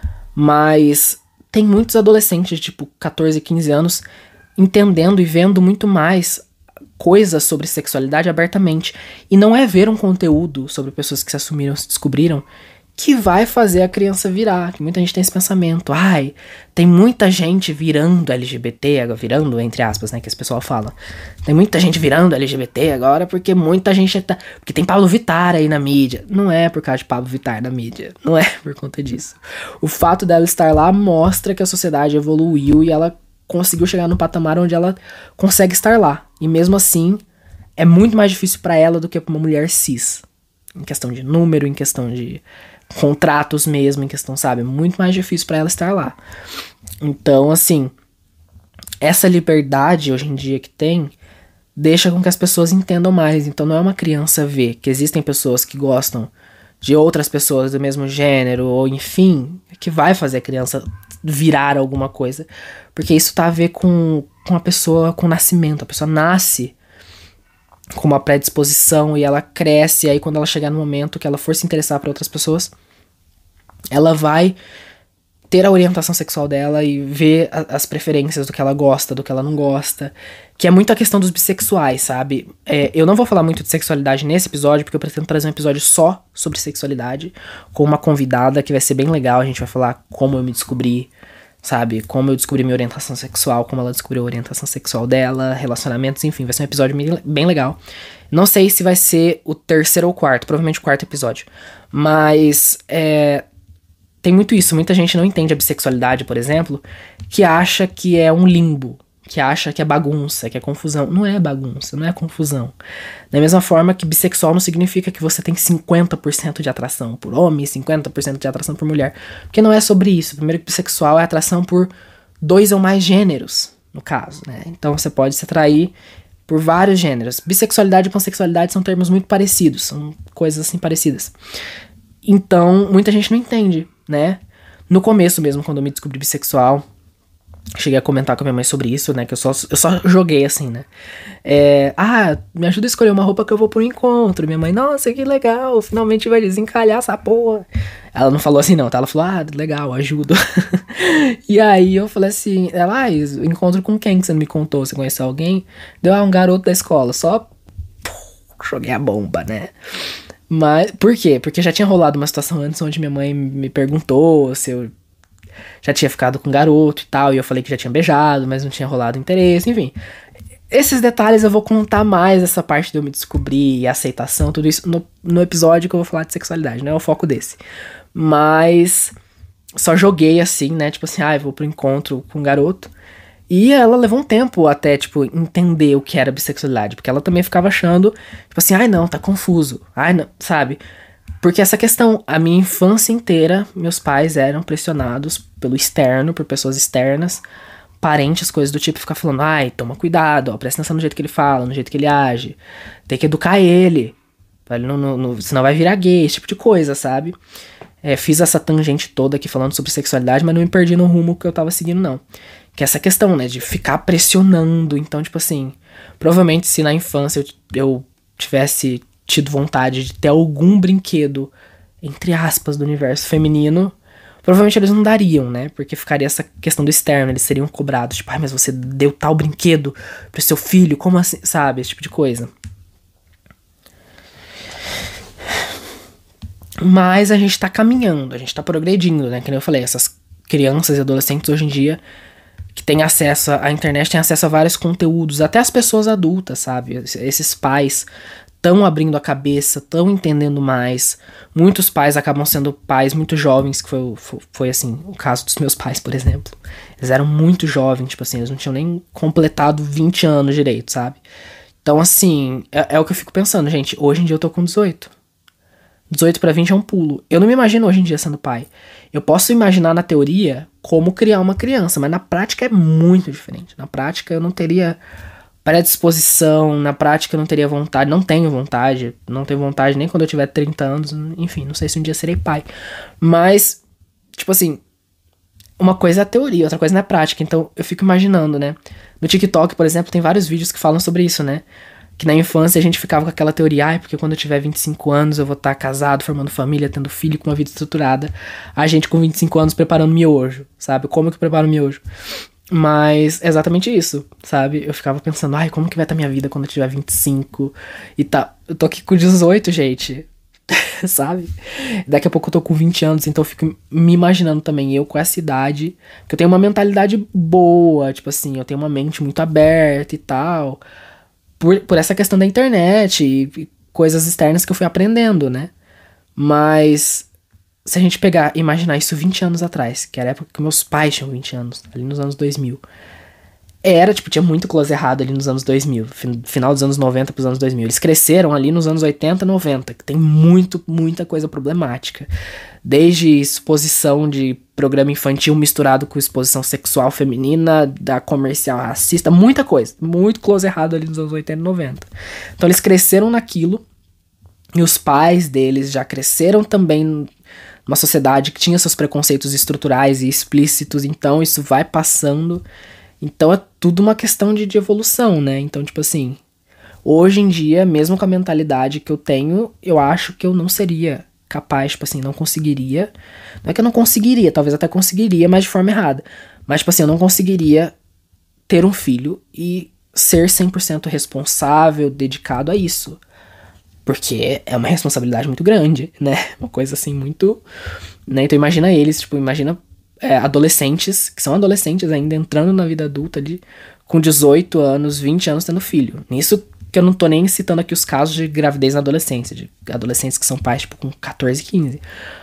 [SPEAKER 1] Mas tem muitos adolescentes de tipo catorze, quinze anos entendendo e vendo muito mais coisas sobre sexualidade abertamente. E não é ver um conteúdo sobre pessoas que se assumiram, se descobriram, que vai fazer a criança virar. Que muita gente tem esse pensamento. Ai, tem muita gente virando L G B T, virando entre aspas, né, que esse pessoal fala. Tem muita gente virando L G B T agora porque muita gente tá... porque tem Pablo Vittar aí na mídia. Não é por causa de Pablo Vittar na mídia. Não é por conta disso. O fato dela estar lá mostra que a sociedade evoluiu e ela conseguiu chegar no patamar onde ela consegue estar lá. E mesmo assim, é muito mais difícil pra ela do que pra uma mulher cis. Em questão de número, em questão de contratos mesmo, em questão, sabe? Muito mais difícil pra ela estar lá. Então, assim, essa liberdade hoje em dia que tem, deixa com que as pessoas entendam mais. Então não é uma criança ver que existem pessoas que gostam de outras pessoas do mesmo gênero, ou enfim, que vai fazer a criança virar alguma coisa. Porque isso tá a ver com, com a pessoa, com o nascimento. A pessoa nasce com uma predisposição e ela cresce, e aí quando ela chegar no momento que ela for se interessar por outras pessoas, ela vai ter a orientação sexual dela e ver a, as preferências do que ela gosta, do que ela não gosta. Que é muito a questão dos bissexuais, sabe? É, eu não vou falar muito de sexualidade nesse episódio, porque eu pretendo trazer um episódio só sobre sexualidade, com uma convidada que vai ser bem legal. A gente vai falar como eu me descobri, sabe? Como eu descobri minha orientação sexual, como ela descobriu a orientação sexual dela, relacionamentos, enfim. Vai ser um episódio bem legal. Não sei se vai ser o terceiro ou quarto, provavelmente o quarto episódio. Mas, é... tem muito isso, muita gente não entende a bissexualidade, por exemplo, que acha que é um limbo, que acha que é bagunça, que é confusão. Não é bagunça, não é confusão. Da mesma forma que bissexual não significa que você tem cinquenta por cento de atração por homem e cinquenta por cento de atração por mulher. Porque não é sobre isso. Primeiro que bissexual é atração por dois ou mais gêneros, no caso, né? Então você pode se atrair por vários gêneros. Bissexualidade e pansexualidade são termos muito parecidos, são coisas assim parecidas. Então, muita gente não entende, né? No começo mesmo, quando eu me descobri bissexual, cheguei a comentar com a minha mãe sobre isso, né? Que eu só, eu só joguei assim, né? É, ah, me ajuda a escolher uma roupa que eu vou pro encontro. Minha mãe, nossa, que legal, finalmente vai desencalhar essa porra. Ela não falou assim não, tá? Ela falou, ah, legal, ajudo. E aí eu falei assim, ela, ah, encontro com quem que você não me contou? Você conheceu alguém? Deu, ah, um garoto da escola, só pô, joguei a bomba, né? Mas, por quê? Porque já tinha rolado uma situação antes onde minha mãe me perguntou se eu já tinha ficado com um garoto e tal, e eu falei que já tinha beijado, mas não tinha rolado interesse, enfim. Esses detalhes eu vou contar mais, essa parte de eu me descobrir e aceitação, tudo isso no, no episódio que eu vou falar de sexualidade, não é o foco desse. Mas só joguei assim, né, tipo assim, ah, eu vou pro encontro com um garoto. E ela levou um tempo até, tipo, entender o que era bissexualidade, porque ela também ficava achando, tipo assim, ai não, tá confuso, ai não, sabe? Porque essa questão, a minha infância inteira, meus pais eram pressionados pelo externo, por pessoas externas, parentes, coisas do tipo, ficar falando, ai, toma cuidado, ó, presta atenção no jeito que ele fala, no jeito que ele age, tem que educar ele, pra ele não, não, não, senão vai virar gay, esse tipo de coisa, sabe? É, fiz essa tangente toda aqui falando sobre sexualidade, mas não me perdi no rumo que eu tava seguindo, não. Que é essa questão, né, de ficar pressionando, então, tipo assim, provavelmente se na infância eu, eu tivesse tido vontade de ter algum brinquedo, entre aspas, do universo feminino, provavelmente eles não dariam, né? Porque ficaria essa questão do externo, eles seriam cobrados, tipo, ai, mas você deu tal brinquedo pro seu filho, como assim, sabe? Esse tipo de coisa. Mas a gente tá caminhando, a gente tá progredindo, né? Que nem eu falei, essas crianças e adolescentes hoje em dia que têm acesso à internet, têm acesso a vários conteúdos, até as pessoas adultas, sabe? Esses pais estão abrindo a cabeça, estão entendendo mais. Muitos pais acabam sendo pais muito jovens, que foi, foi, foi, assim, o caso dos meus pais, por exemplo. Eles eram muito jovens, tipo assim, eles não tinham nem completado vinte anos direito, sabe? Então, assim, é, é o que eu fico pensando, gente. Hoje em dia eu tô com dezoito. dezoito pra vinte é um pulo. Eu não me imagino hoje em dia sendo pai. Eu posso imaginar na teoria como criar uma criança, mas na prática é muito diferente. Na prática eu não teria predisposição, na prática eu não teria vontade, não tenho vontade, não tenho vontade nem quando eu tiver trinta anos, enfim, não sei se um dia serei pai. Mas, tipo assim, uma coisa é a teoria, outra coisa é a prática, então eu fico imaginando, né? No TikTok, por exemplo, tem vários vídeos que falam sobre isso, né? Que na infância a gente ficava com aquela teoria, ai, porque quando eu tiver vinte e cinco anos eu vou estar casado, formando família, tendo filho, com uma vida estruturada. A gente com vinte e cinco anos preparando miojo, sabe? Como que eu preparo miojo? Mas é exatamente isso, sabe? Eu ficava pensando, ai, como que vai estar minha vida quando eu tiver vinte e cinco? E tá, eu tô aqui com dezoito, gente, sabe? Daqui a pouco eu tô com vinte anos, então eu fico me imaginando também, eu com essa idade, que eu tenho uma mentalidade boa, tipo assim, eu tenho uma mente muito aberta e tal, por, por essa questão da internet e, e coisas externas que eu fui aprendendo, né? Mas se a gente pegar e imaginar isso vinte anos atrás, que era a época que meus pais tinham vinte anos, ali nos anos dois mil, era, tipo, tinha muito close errado ali nos anos dois mil, final dos anos noventa pros anos dois mil. Eles cresceram ali nos anos oitenta, noventa, que tem muito, muita coisa problemática. Desde exposição de programa infantil misturado com exposição sexual feminina, da comercial racista, muita coisa. Muito close errado ali nos anos oitenta e noventa. Então eles cresceram naquilo, e os pais deles já cresceram também uma sociedade que tinha seus preconceitos estruturais e explícitos, então isso vai passando. Então é tudo uma questão de, de evolução, né? Então, tipo assim, hoje em dia, mesmo com a mentalidade que eu tenho, eu acho que eu não seria capaz, tipo assim, não conseguiria. Não é que eu não conseguiria, talvez até conseguiria, mas de forma errada. Mas, tipo assim, eu não conseguiria ter um filho e ser cem por cento responsável, dedicado a isso. Porque é uma responsabilidade muito grande, né? Uma coisa assim, muito... né? Então imagina eles, tipo, imagina é, adolescentes, que são adolescentes ainda, entrando na vida adulta ali, com dezoito anos, vinte anos, tendo filho. Nisso que eu não tô nem citando aqui os casos de gravidez na adolescência, de adolescentes que são pais, tipo, com catorze, quinze.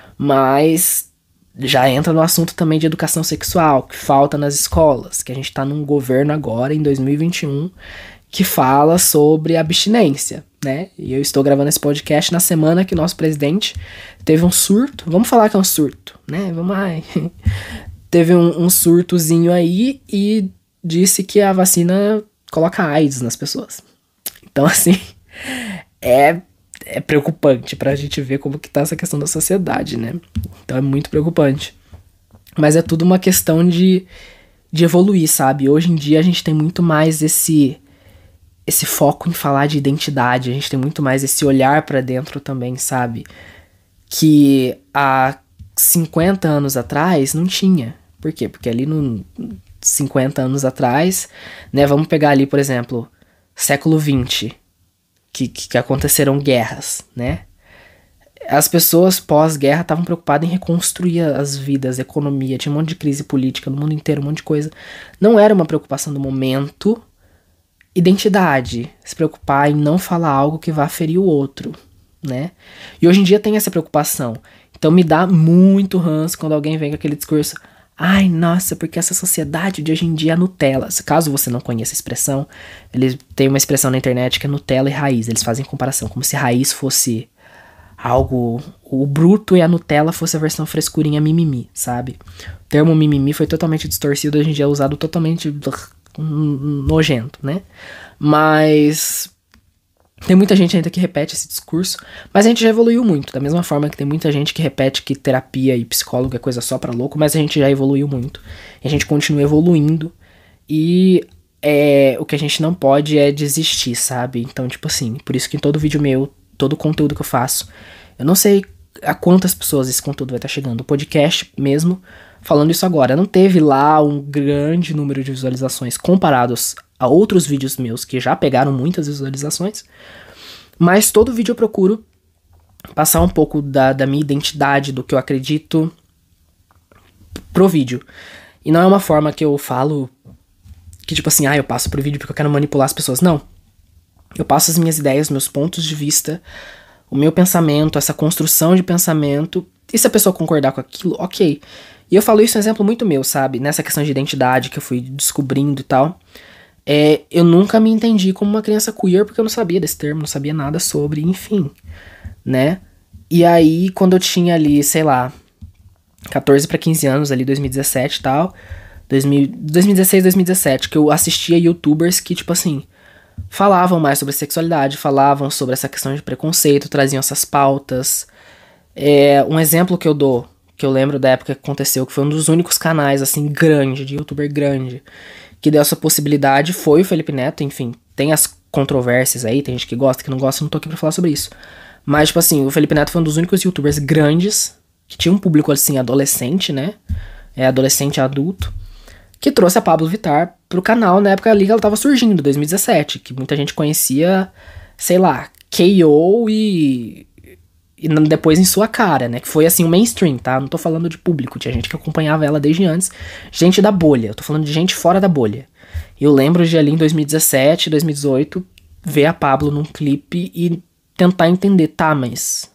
[SPEAKER 1] Mas já entra no assunto também de educação sexual, que falta nas escolas, que a gente tá num governo agora, em dois mil e vinte e um, que fala sobre abstinência, né? E eu estou gravando esse podcast na semana que o nosso presidente teve um surto. Vamos falar que é um surto, né? Vamos lá. Teve um, um surtozinho aí e disse que a vacina coloca AIDS nas pessoas. Então, assim, é, é preocupante pra gente ver como que tá essa questão da sociedade, né? Então é muito preocupante. Mas é tudo uma questão de, de evoluir, sabe? Hoje em dia a gente tem muito mais esse... esse foco em falar de identidade, a gente tem muito mais esse olhar pra dentro também, sabe? Que há cinquenta anos atrás não tinha. Por quê? Porque ali no cinquenta anos atrás, né, vamos pegar ali, por exemplo, século vinte, que, que aconteceram guerras, né? As pessoas pós-guerra estavam preocupadas em reconstruir as vidas, a economia, tinha um monte de crise política no mundo inteiro, um monte de coisa. Não era uma preocupação do momento. Identidade, se preocupar em não falar algo que vá ferir o outro, né? E hoje em dia tem essa preocupação. Então me dá muito ranço quando alguém vem com aquele discurso: ai, nossa, porque essa sociedade de hoje em dia é Nutella. Caso você não conheça a expressão, eles têm uma expressão na internet que é Nutella e raiz. Eles fazem comparação, como se raiz fosse algo... o bruto e a Nutella fosse a versão frescurinha mimimi, sabe? O termo mimimi foi totalmente distorcido, hoje em dia é usado totalmente... nojento, né? Mas tem muita gente ainda que repete esse discurso, mas a gente já evoluiu muito, da mesma forma que tem muita gente que repete que terapia e psicólogo é coisa só pra louco, mas a gente já evoluiu muito, e a gente continua evoluindo, e é, o que a gente não pode é desistir, sabe? Então, tipo assim, por isso que em todo vídeo meu, todo conteúdo que eu faço, eu não sei a quantas pessoas esse conteúdo vai estar chegando, o podcast mesmo, falando isso agora, não teve lá um grande número de visualizações comparados a outros vídeos meus que já pegaram muitas visualizações, mas todo vídeo eu procuro passar um pouco da, da minha identidade, do que eu acredito pro vídeo. E não é uma forma que eu falo que tipo assim, ah, eu passo pro vídeo porque eu quero manipular as pessoas. Não. Eu passo as minhas ideias, meus pontos de vista, o meu pensamento, essa construção de pensamento, e se a pessoa concordar com aquilo, ok. E eu falo isso um exemplo muito meu, sabe? Nessa questão de identidade que eu fui descobrindo e tal. É, eu nunca me entendi como uma criança queer porque eu não sabia desse termo, não sabia nada sobre, enfim, né? E aí, quando eu tinha ali, sei lá, catorze pra quinze anos, ali, dois mil e dezessete e tal, dois mil, dois mil e dezesseis, dois mil e dezessete, que eu assistia youtubers que, tipo assim, falavam mais sobre sexualidade, falavam sobre essa questão de preconceito, traziam essas pautas. É, um exemplo que eu dou, que eu lembro da época que aconteceu, que foi um dos únicos canais, assim, grande, de youtuber grande, que deu essa possibilidade, foi o Felipe Neto. Enfim, tem as controvérsias aí, tem gente que gosta, que não gosta, não tô aqui pra falar sobre isso. Mas, tipo assim, o Felipe Neto foi um dos únicos youtubers grandes, que tinha um público, assim, adolescente, né? É, adolescente adulto, que trouxe a Pabllo Vittar pro canal na época ali que ela tava surgindo, dois mil e dezessete, que muita gente conhecia, sei lá, K O e... e depois Em Sua Cara, né? Que foi, assim, o mainstream, tá? Não tô falando de público. Tinha gente que acompanhava ela desde antes. Gente da bolha. Eu tô falando de gente fora da bolha. Eu lembro de ali em dois mil e dezessete, dois mil e dezoito, ver a Pabllo num clipe e tentar entender, tá, mas...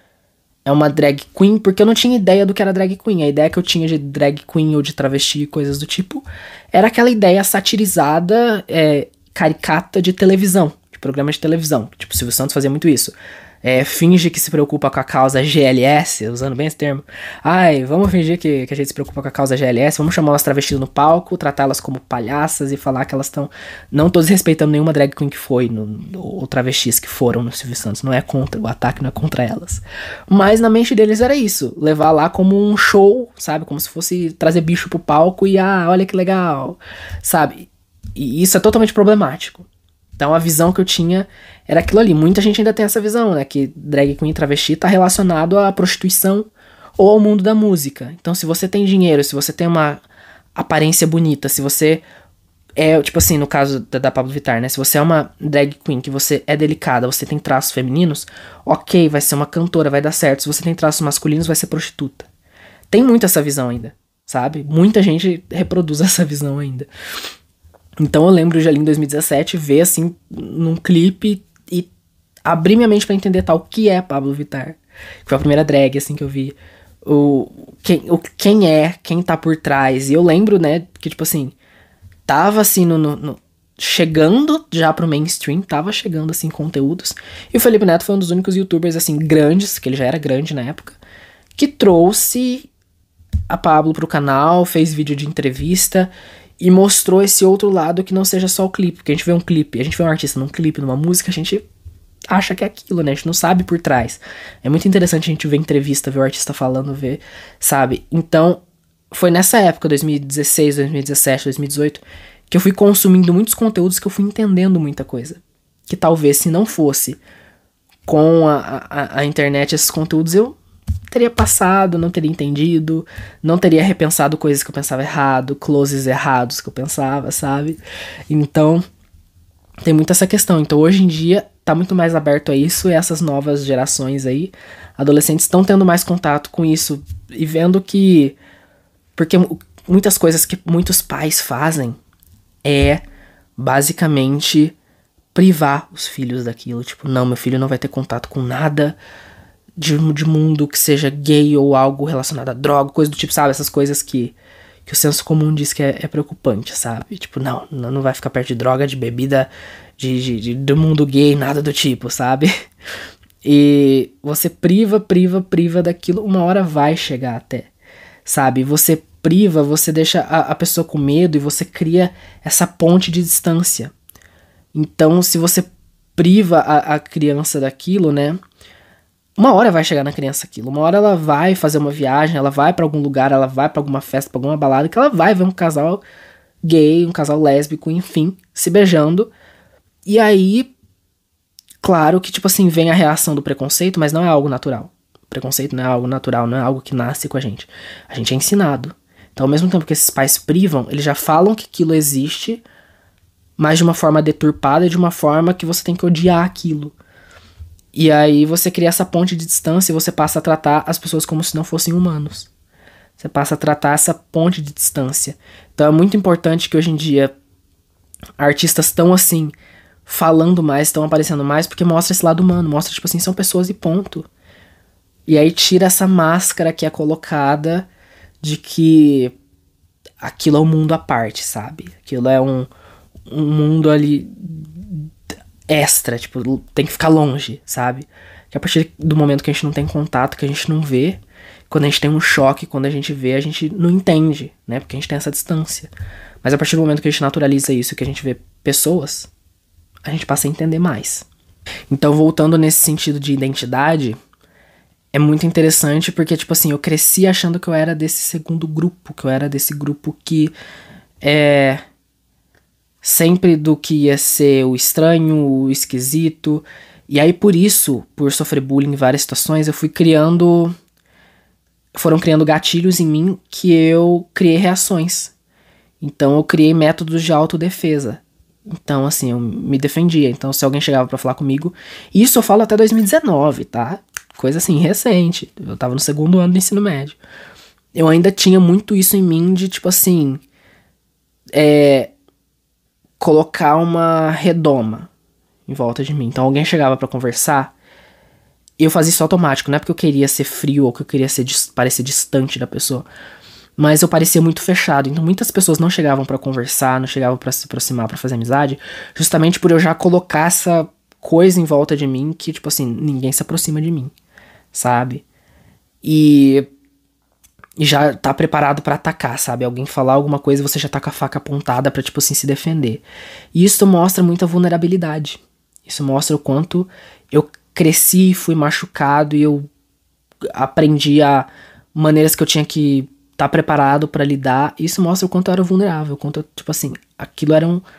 [SPEAKER 1] é uma drag queen? Porque eu não tinha ideia do que era drag queen. A ideia que eu tinha de drag queen ou de travesti e coisas do tipo era aquela ideia satirizada, é, caricata de televisão. De programa de televisão. Tipo, o Silvio Santos fazia muito isso. É, finge que se preocupa com a causa G L S, usando bem esse termo. Ai, vamos fingir que, que a gente se preocupa com a causa G L S, vamos chamar elas travestidas no palco, tratá-las como palhaças e falar que elas estão... Não tô desrespeitando nenhuma drag queen que foi, no, ou travestis que foram no Silvio Santos, não é contra, o ataque não é contra elas. Mas na mente deles era isso, levar lá como um show, sabe, como se fosse trazer bicho pro palco e, ah, olha que legal, sabe. E isso é totalmente problemático. Então a visão que eu tinha era aquilo ali. Muita gente ainda tem essa visão, né? Que drag queen e travesti tá relacionado à prostituição ou ao mundo da música. Então se você tem dinheiro, se você tem uma aparência bonita, se você é, tipo assim, no caso da, da Pabllo Vittar, né? Se você é uma drag queen, que você é delicada, você tem traços femininos, ok, vai ser uma cantora, vai dar certo. Se você tem traços masculinos, vai ser prostituta. Tem muito essa visão ainda, sabe? Muita gente reproduz essa visão ainda. Então eu lembro de ali em dois mil e dezessete ver assim num clipe e abrir minha mente pra entender tal o que é Pabllo Vittar. Que foi a primeira drag assim que eu vi. O quem, o, quem é, quem tá por trás. E eu lembro, né, que tipo assim, tava assim no, no, no chegando já pro mainstream, tava chegando assim conteúdos. E o Felipe Neto foi um dos únicos youtubers assim grandes, que ele já era grande na época, que trouxe a Pabllo pro canal, fez vídeo de entrevista e mostrou esse outro lado que não seja só o clipe. Porque a gente vê um clipe, a gente vê um artista num clipe, numa música, a gente acha que é aquilo, né? A gente não sabe por trás. É muito interessante a gente ver entrevista, ver o artista falando, ver, sabe? Então, foi nessa época, dois mil e dezesseis, dois mil e dezessete, dois mil e dezoito, que eu fui consumindo muitos conteúdos, que eu fui entendendo muita coisa. Que talvez, se não fosse com a, a, a internet esses conteúdos, eu teria passado, não teria entendido, não teria repensado coisas que eu pensava errado, closes errados que eu pensava, sabe? Então, tem muito essa questão. Então, hoje em dia, tá muito mais aberto a isso, e essas novas gerações aí, adolescentes, estão tendo mais contato com isso, e vendo que... Porque muitas coisas que muitos pais fazem é, basicamente, privar os filhos daquilo. Tipo, não, meu filho não vai ter contato com nada de, de mundo que seja gay ou algo relacionado a droga, coisa do tipo, sabe? Essas coisas que, que o senso comum diz que é, é preocupante, sabe? Tipo, não, não vai ficar perto de droga, de bebida, de, de, de, do mundo gay, nada do tipo, sabe? E você priva, priva, priva daquilo, uma hora vai chegar até, sabe? Você priva, você deixa a, a pessoa com medo e você cria essa ponte de distância. Então, se você priva a, a criança daquilo, né? Uma hora vai chegar na criança aquilo. Uma hora ela vai fazer uma viagem, ela vai pra algum lugar, ela vai pra alguma festa, pra alguma balada, que ela vai ver um casal gay, um casal lésbico, enfim, se beijando. E aí, claro que, tipo assim, vem a reação do preconceito, mas não é algo natural. O preconceito não é algo natural, não é algo que nasce com a gente. A gente é ensinado. Então, ao mesmo tempo que esses pais privam, eles já falam que aquilo existe, mas de uma forma deturpada e de uma forma que você tem que odiar aquilo. E aí você cria essa ponte de distância e você passa a tratar as pessoas como se não fossem humanos. Você passa a tratar essa ponte de distância. Então é muito importante que hoje em dia artistas estão assim, falando mais, estão aparecendo mais, porque mostra esse lado humano, mostra tipo assim, são pessoas e ponto. E aí tira essa máscara que é colocada de que aquilo é um mundo à parte, sabe? Aquilo é um, um mundo ali extra, tipo, tem que ficar longe, sabe? Que a partir do momento que a gente não tem contato, que a gente não vê, quando a gente tem um choque, quando a gente vê, a gente não entende, né? Porque a gente tem essa distância. Mas a partir do momento que a gente naturaliza isso, que a gente vê pessoas, a gente passa a entender mais. Então, voltando nesse sentido de identidade, é muito interessante porque, tipo assim, eu cresci achando que eu era desse segundo grupo, que eu era desse grupo que é sempre do que ia ser o estranho, o esquisito. E aí, por isso, por sofrer bullying em várias situações, eu fui criando... Foram criando gatilhos em mim que eu criei reações. Então, eu criei métodos de autodefesa. Então, assim, eu me defendia. Então, se alguém chegava pra falar comigo... Isso eu falo até dois mil e dezenove, tá? Coisa assim, recente. Eu tava no segundo ano do ensino médio. Eu ainda tinha muito isso em mim de, tipo assim... É... Colocar uma redoma em volta de mim. Então alguém chegava pra conversar, eu fazia isso automático. Não é porque eu queria ser frio ou que eu queria ser, parecer distante da pessoa, mas eu parecia muito fechado. Então muitas pessoas não chegavam pra conversar, não chegavam pra se aproximar, pra fazer amizade, justamente por eu já colocar essa coisa em volta de mim que, tipo assim, ninguém se aproxima de mim, sabe? E... E já tá preparado pra atacar, sabe? Alguém falar alguma coisa, você já tá com a faca apontada pra, tipo assim, se defender. E isso mostra muita vulnerabilidade. Isso mostra o quanto eu cresci, fui machucado e eu aprendi a maneiras que eu tinha que estar tá preparado pra lidar. Isso mostra o quanto eu era vulnerável, o quanto, eu, tipo assim, aquilo era um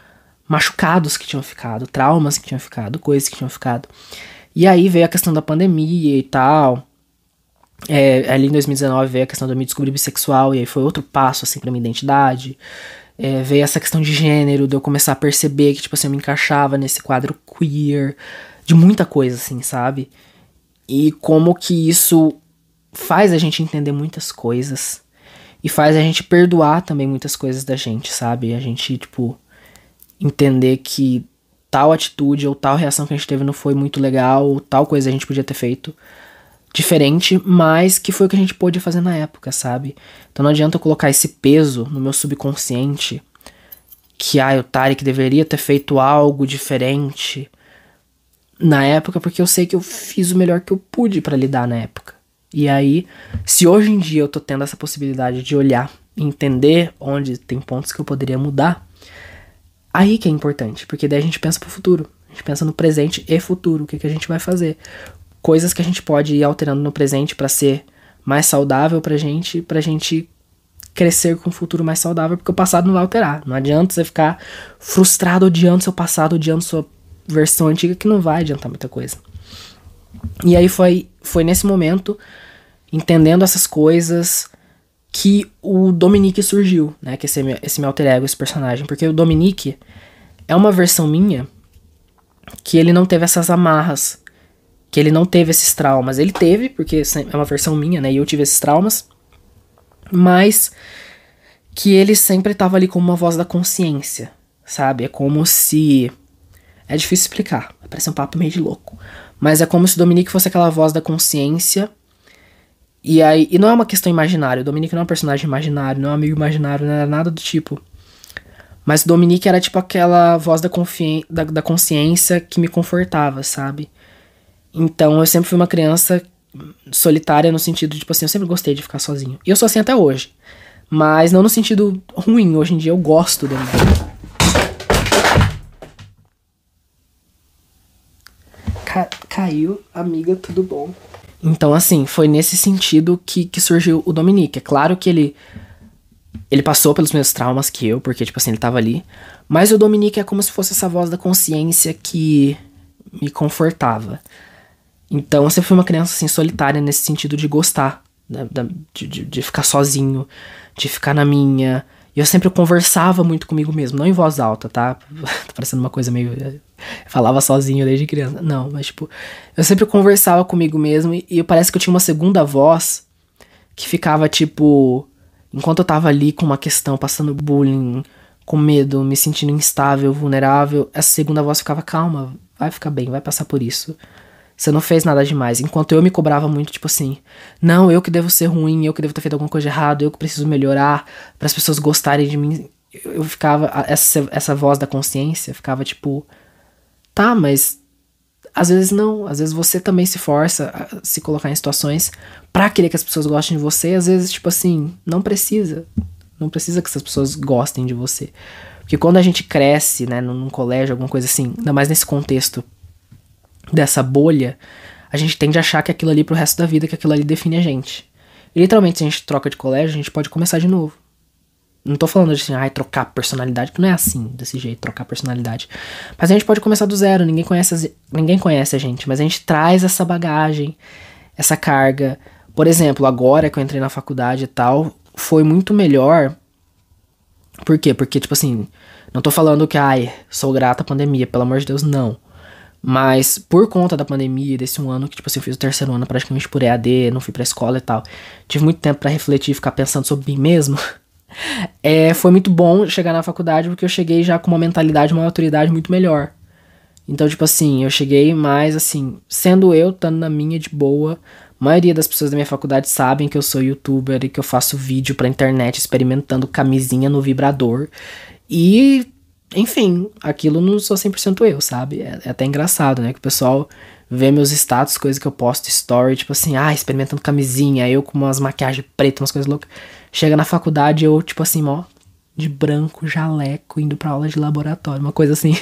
[SPEAKER 1] machucados que tinham ficado, traumas que tinham ficado, coisas que tinham ficado. E aí veio a questão da pandemia e tal. É, ali em dois mil e dezenove veio a questão de eu me descobrir bissexual, e aí foi outro passo, assim, pra minha identidade. É, veio essa questão de gênero, de eu começar a perceber que, tipo assim, eu me encaixava nesse quadro queer, de muita coisa, assim, sabe? E como que isso faz a gente entender muitas coisas, e faz a gente perdoar também muitas coisas da gente, sabe? A gente, tipo, entender que tal atitude ou tal reação que a gente teve não foi muito legal, ou tal coisa a gente podia ter feito diferente, mas que foi o que a gente pôde fazer na época, sabe? Então não adianta eu colocar esse peso no meu subconsciente que, ah, o Tarek deveria ter feito algo diferente na época, porque eu sei que eu fiz o melhor que eu pude pra lidar na época. E aí, se hoje em dia eu tô tendo essa possibilidade de olhar e entender onde tem pontos que eu poderia mudar, aí que é importante, porque daí a gente pensa pro futuro, a gente pensa no presente e futuro, o que, que a gente vai fazer. Coisas que a gente pode ir alterando no presente pra ser mais saudável pra gente, pra gente crescer com um futuro mais saudável, porque o passado não vai alterar. Não adianta você ficar frustrado odiando seu passado, odiando sua versão antiga, que não vai adiantar muita coisa. E aí foi, foi nesse momento, entendendo essas coisas, que o Dominique surgiu, né? Que esse, esse meu alter ego, esse personagem. Porque o Dominique é uma versão minha que ele não teve essas amarras, que ele não teve esses traumas. Ele teve, porque é uma versão minha, né? E eu tive esses traumas. Mas que ele sempre tava ali como uma voz da consciência, sabe? É como se... É difícil explicar, parece um papo meio de louco. Mas é como se o Dominique fosse aquela voz da consciência. E aí... E não é uma questão imaginária. O Dominique não é um personagem imaginário, não é um amigo imaginário, não era nada do tipo. Mas o Dominique era tipo aquela voz da, confi... da, da consciência que me confortava, sabe? Então eu sempre fui uma criança solitária no sentido de, tipo assim, eu sempre gostei de ficar sozinho. E eu sou assim até hoje. Mas não no sentido ruim. Hoje em dia eu gosto da minha vida. Ca- caiu, amiga, tudo bom? Então, assim, foi nesse sentido que, que surgiu o Dominique. É claro que ele... Ele passou pelos mesmos traumas que eu, porque, tipo assim, ele tava ali. Mas o Dominique é como se fosse essa voz da consciência que me confortava. Então eu sempre fui uma criança assim, solitária nesse sentido de gostar, né, de, de, de ficar sozinho, de ficar na minha. E eu sempre conversava muito comigo mesmo, não em voz alta, tá? Tá parecendo uma coisa meio... Eu falava sozinho desde criança. Não, mas tipo, eu sempre conversava comigo mesmo e, e parece que eu tinha uma segunda voz que ficava tipo... Enquanto eu tava ali com uma questão, passando bullying, com medo, me sentindo instável, vulnerável, essa segunda voz ficava calma, vai ficar bem, vai passar por isso. Você não fez nada demais. Enquanto eu me cobrava muito, tipo assim, não, eu que devo ser ruim, eu que devo ter feito alguma coisa errada, eu que preciso melhorar para as pessoas gostarem de mim. Eu ficava, essa, essa voz da consciência ficava tipo, tá, mas às vezes não, às vezes você também se força a se colocar em situações pra querer que as pessoas gostem de você, às vezes, tipo assim, não precisa. Não precisa que essas pessoas gostem de você. Porque quando a gente cresce, né, num colégio, alguma coisa assim, ainda mais nesse contexto dessa bolha, a gente tende a achar que aquilo ali pro resto da vida, que aquilo ali define a gente. E literalmente, se a gente troca de colégio, a gente pode começar de novo. Não tô falando de assim, ai, trocar personalidade, porque não é assim, desse jeito, trocar personalidade. Mas a gente pode começar do zero, ninguém conhece, as, ninguém conhece a gente, mas a gente traz essa bagagem, essa carga. Por exemplo, agora que eu entrei na faculdade e tal, foi muito melhor. Por quê? Porque, tipo assim, não tô falando que, ai, sou grata à pandemia, pelo amor de Deus, não. Mas por conta da pandemia, desse um ano que, tipo assim, eu fiz o terceiro ano praticamente por E A D, não fui pra escola e tal, tive muito tempo pra refletir e ficar pensando sobre mim mesmo. É, foi muito bom chegar na faculdade, porque eu cheguei já com uma mentalidade, uma maturidade muito melhor. Então, tipo assim, eu cheguei mais, assim, sendo eu, estando na minha de boa. A maioria das pessoas da minha faculdade sabem que eu sou youtuber e que eu faço vídeo pra internet experimentando camisinha no vibrador. E... Enfim, aquilo não sou cem por cento eu, sabe? É, é até engraçado, né? Que o pessoal vê meus status, coisas que eu posto, story, tipo assim, ah, experimentando camisinha, eu com umas maquiagens pretas, umas coisas loucas. Chega na faculdade, eu, tipo assim, ó, de branco, jaleco, indo pra aula de laboratório, uma coisa assim.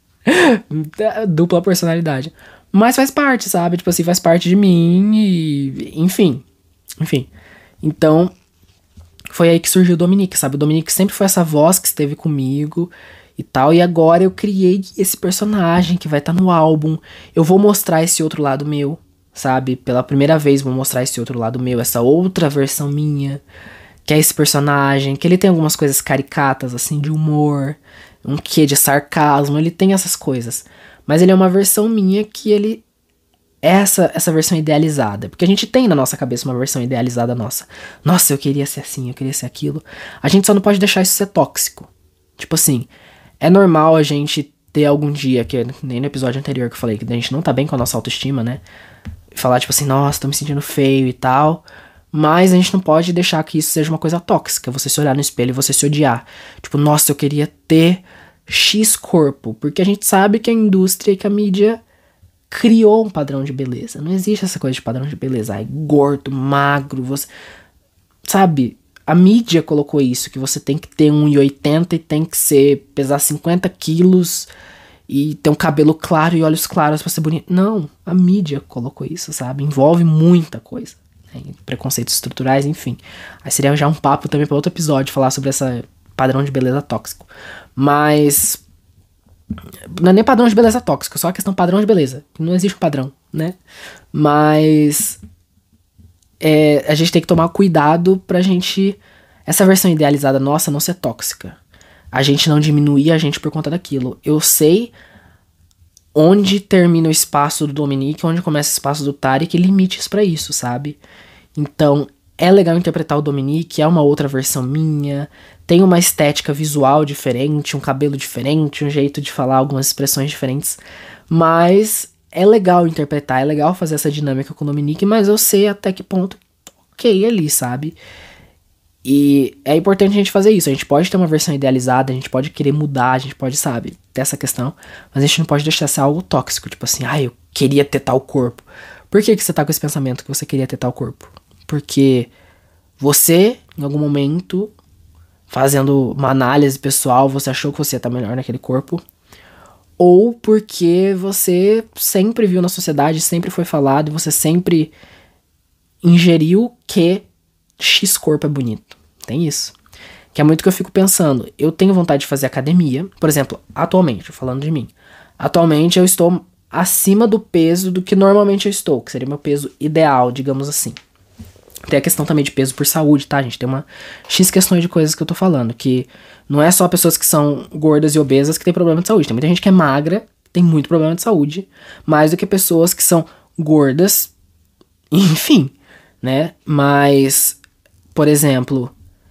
[SPEAKER 1] Dupla personalidade. Mas faz parte, sabe? Tipo assim, faz parte de mim e... Enfim. Enfim. Então, foi aí que surgiu o Dominique, sabe? O Dominique sempre foi essa voz que esteve comigo e tal. E agora eu criei esse personagem que vai estar no álbum. Eu vou mostrar esse outro lado meu, sabe? Pela primeira vez vou mostrar esse outro lado meu, essa outra versão minha, que é esse personagem, que ele tem algumas coisas caricatas, assim, de humor, um quê de sarcasmo, ele tem essas coisas. Mas ele é uma versão minha que ele é essa, essa versão idealizada. Porque a gente tem na nossa cabeça uma versão idealizada nossa. Nossa, eu queria ser assim, eu queria ser aquilo. A gente só não pode deixar isso ser tóxico. Tipo assim, é normal a gente ter algum dia, que nem no episódio anterior que eu falei, que a gente não tá bem com a nossa autoestima, né? Falar tipo assim, nossa, tô me sentindo feio e tal. Mas a gente não pode deixar que isso seja uma coisa tóxica. Você se olhar no espelho e você se odiar. Tipo, nossa, eu queria ter X corpo. Porque a gente sabe que a indústria e que a mídia criou um padrão de beleza. Não existe essa coisa de padrão de beleza. Ai, gordo, magro, você... Sabe? A mídia colocou isso, que você tem que ter um e oitenta e tem que ser, pesar cinquenta quilos e ter um cabelo claro e olhos claros pra ser bonito. Não, a mídia colocou isso, sabe? Envolve muita coisa. Né? Preconceitos estruturais, enfim. Aí seria já um papo também pra outro episódio, falar sobre esse padrão de beleza tóxico. Mas... não é nem padrão de beleza tóxico, é só a questão padrão de beleza. Não existe um padrão, né? Mas é, a gente tem que tomar cuidado pra gente... essa versão idealizada nossa não ser tóxica. A gente não diminuir a gente por conta daquilo. Eu sei onde termina o espaço do Dominique, onde começa o espaço do Tarek, e limites pra isso, sabe? Então, é legal interpretar o Dominique, é uma outra versão minha, tem uma estética visual diferente, um cabelo diferente, um jeito de falar, algumas expressões diferentes, mas é legal interpretar, é legal fazer essa dinâmica com o Dominique, mas eu sei até que ponto, ok, ali, sabe? E é importante a gente fazer isso, a gente pode ter uma versão idealizada, a gente pode querer mudar, a gente pode, sabe, ter essa questão, mas a gente não pode deixar ser algo tóxico, tipo assim, ah, eu queria ter tal corpo. Por que que você tá com esse pensamento que você queria ter tal corpo? Porque você, em algum momento, fazendo uma análise pessoal, você achou que você ia estar melhor naquele corpo. Ou porque você sempre viu na sociedade, sempre foi falado, e você sempre ingeriu que X corpo é bonito. Tem isso. Que é muito que eu fico pensando. Eu tenho vontade de fazer academia. Por exemplo, atualmente, falando de mim. Atualmente eu estou acima do peso do que normalmente eu estou. Que seria meu peso ideal, digamos assim. Tem a questão também de peso por saúde, tá, gente? Tem uma X questões de coisas que eu tô falando. Que não é só pessoas que são gordas e obesas que tem problema de saúde. Tem muita gente que é magra, tem muito problema de saúde. Mais do que pessoas que são gordas, enfim, né? Mas, por exemplo,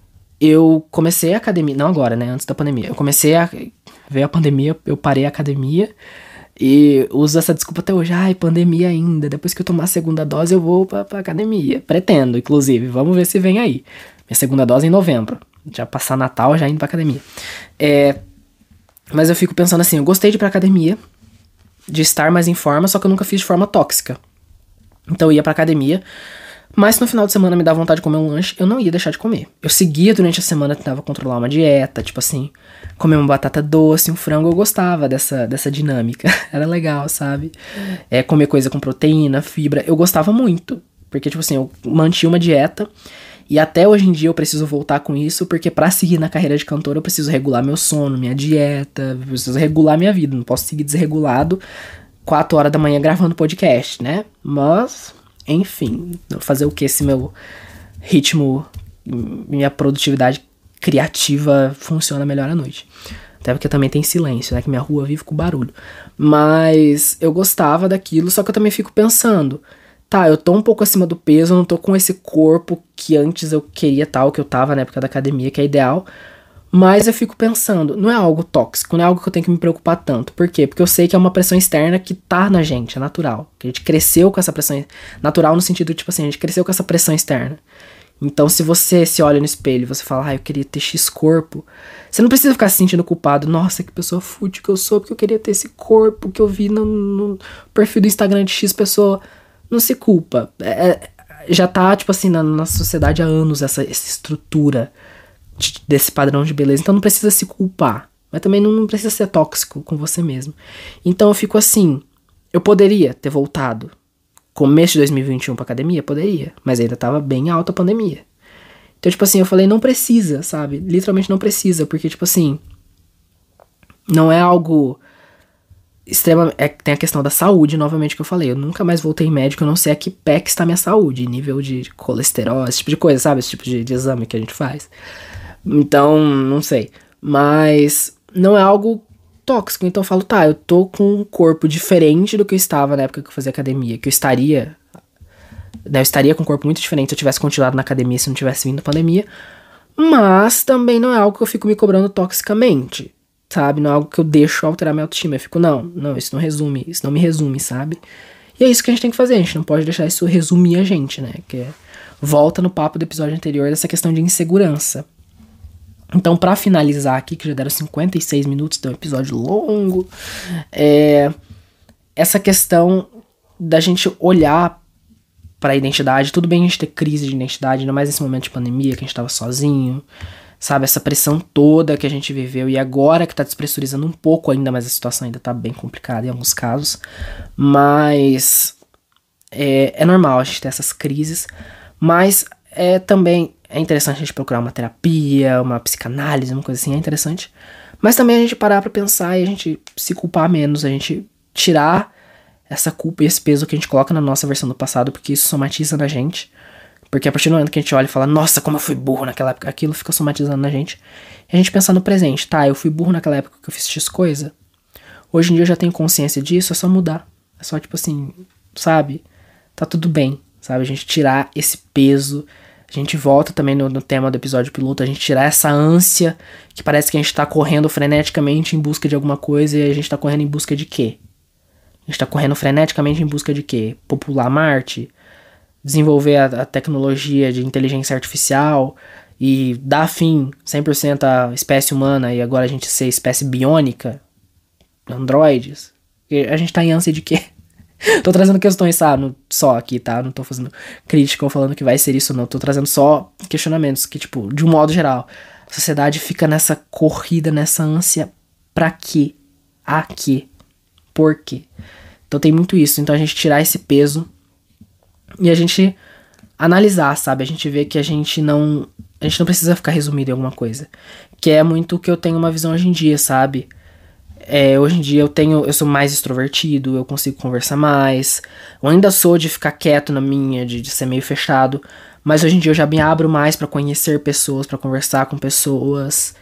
[SPEAKER 1] eu comecei a academia... Não agora, né? Antes da pandemia. Eu comecei a... Veio a pandemia, eu parei a academia... E uso essa desculpa até hoje. Ai, pandemia ainda. Depois que eu tomar a segunda dose, eu vou pra, pra academia. Pretendo, inclusive. Vamos ver se vem aí. Minha segunda dose é em novembro. Já passar Natal, já indo pra academia. É, mas eu fico pensando assim, eu gostei de ir pra academia, de estar mais em forma, só que eu nunca fiz de forma tóxica. Então eu ia pra academia, mas no final de semana me dava vontade de comer um lanche, eu não ia deixar de comer. Eu seguia durante a semana, tentava controlar uma dieta, tipo assim, comer uma batata doce, um frango, eu gostava dessa, dessa dinâmica. Era legal, sabe? É, comer coisa com proteína, fibra, eu gostava muito. Porque, tipo assim, eu mantinha uma dieta e até hoje em dia eu preciso voltar com isso, porque pra seguir na carreira de cantor eu preciso regular meu sono, minha dieta, eu preciso regular minha vida, não posso seguir desregulado quatro horas da manhã gravando podcast, né? Mas... enfim, fazer o que esse meu ritmo, minha produtividade criativa funciona melhor à noite. Até porque também tem silêncio, né? Que minha rua vive com barulho. Mas eu gostava daquilo, só que eu também fico pensando, tá, eu tô um pouco acima do peso, eu não tô com esse corpo que antes eu queria tal, que eu tava na época da academia, que é ideal. Mas eu fico pensando, não é algo tóxico, não é algo que eu tenho que me preocupar tanto. Por quê? Porque eu sei que é uma pressão externa que tá na gente, é natural. Que a gente cresceu com essa pressão... natural no sentido, tipo assim, a gente cresceu com essa pressão externa. Então, se você se olha no espelho e você fala, ah, eu queria ter X corpo, você não precisa ficar se sentindo culpado. Nossa, que pessoa fútil que eu sou, porque eu queria ter esse corpo que eu vi no, no perfil do Instagram de X pessoa. Não se culpa. É, já tá, tipo assim, na, na sociedade há anos essa, essa estrutura desse padrão de beleza, então não precisa se culpar, mas também não, não precisa ser tóxico com você mesmo. Então eu fico assim, eu poderia ter voltado começo de dois mil e vinte e um pra academia, poderia, mas ainda tava bem alta a pandemia. Então tipo assim, eu falei, não precisa, sabe, literalmente não precisa, porque tipo assim, Não é algo extremamente... É, tem a questão da saúde, novamente, que eu falei. Eu nunca mais voltei em médico, eu não sei a que pé que está minha saúde. Nível de colesterol, esse tipo de coisa, sabe? Esse tipo de, de exame que a gente faz. Então, não sei. Mas não é algo tóxico. Então eu falo, tá, eu tô com um corpo diferente do que eu estava na época que eu fazia academia. Que eu estaria... Né, eu estaria com um corpo muito diferente se eu tivesse continuado na academia, se não tivesse vindo a pandemia. Mas também não é algo que eu fico me cobrando toxicamente, sabe? Não é algo que eu deixo alterar minha autoestima. Eu fico, não, não, isso não resume, isso não me resume, sabe? E é isso que a gente tem que fazer, a gente não pode deixar isso resumir a gente, né? Que é, volta no papo do episódio anterior dessa questão de insegurança. Então, pra finalizar aqui, que já deram cinquenta e seis minutos, então é um episódio longo, é essa questão da gente olhar pra identidade. Tudo bem a gente ter crise de identidade, ainda mais nesse momento de pandemia, que a gente tava sozinho, sabe? Essa pressão toda que a gente viveu, e agora que tá despressurizando um pouco ainda, mas a situação ainda tá bem complicada em alguns casos. Mas é, é normal a gente ter essas crises, mas é também é interessante a gente procurar uma terapia, uma psicanálise, uma coisa assim, é interessante. Mas também a gente parar pra pensar e a gente se culpar menos, a gente tirar essa culpa e esse peso que a gente coloca na nossa versão do passado, porque isso somatiza na gente. Porque a partir do momento que a gente olha e fala, nossa, como eu fui burro naquela época, aquilo fica somatizando na gente. E a gente pensar no presente, tá, eu fui burro naquela época que eu fiz X coisa. Hoje em dia eu já tenho consciência disso, é só mudar. É só tipo assim, sabe? Tá tudo bem, sabe? A gente tirar esse peso. A gente volta também no, no tema do episódio piloto, a gente tirar essa ânsia que parece que a gente tá correndo freneticamente em busca de alguma coisa, e a gente tá correndo em busca de quê? A gente tá correndo freneticamente em busca de quê? Popular Marte? Desenvolver a, a tecnologia de inteligência artificial e dar fim cem por cento à espécie humana e agora a gente ser espécie biônica? Androides? E a gente tá em ânsia de quê? Tô trazendo questões, sabe? Só aqui, tá? Não tô fazendo crítica ou falando que vai ser isso, não. Tô trazendo só questionamentos que, tipo, de um modo geral, a sociedade fica nessa corrida, nessa ânsia pra quê? A quê? Por quê? Então tem muito isso. Então a gente tirar esse peso e a gente analisar, sabe? A gente vê que a gente não... A gente não precisa ficar resumido em alguma coisa. Que é muito o que eu tenho uma visão hoje em dia, sabe? É, hoje em dia eu tenho... Eu sou mais extrovertido, eu consigo conversar mais. Eu ainda sou de ficar quieto na minha, de, de ser meio fechado. Mas hoje em dia eu já me abro mais pra conhecer pessoas, pra conversar com pessoas.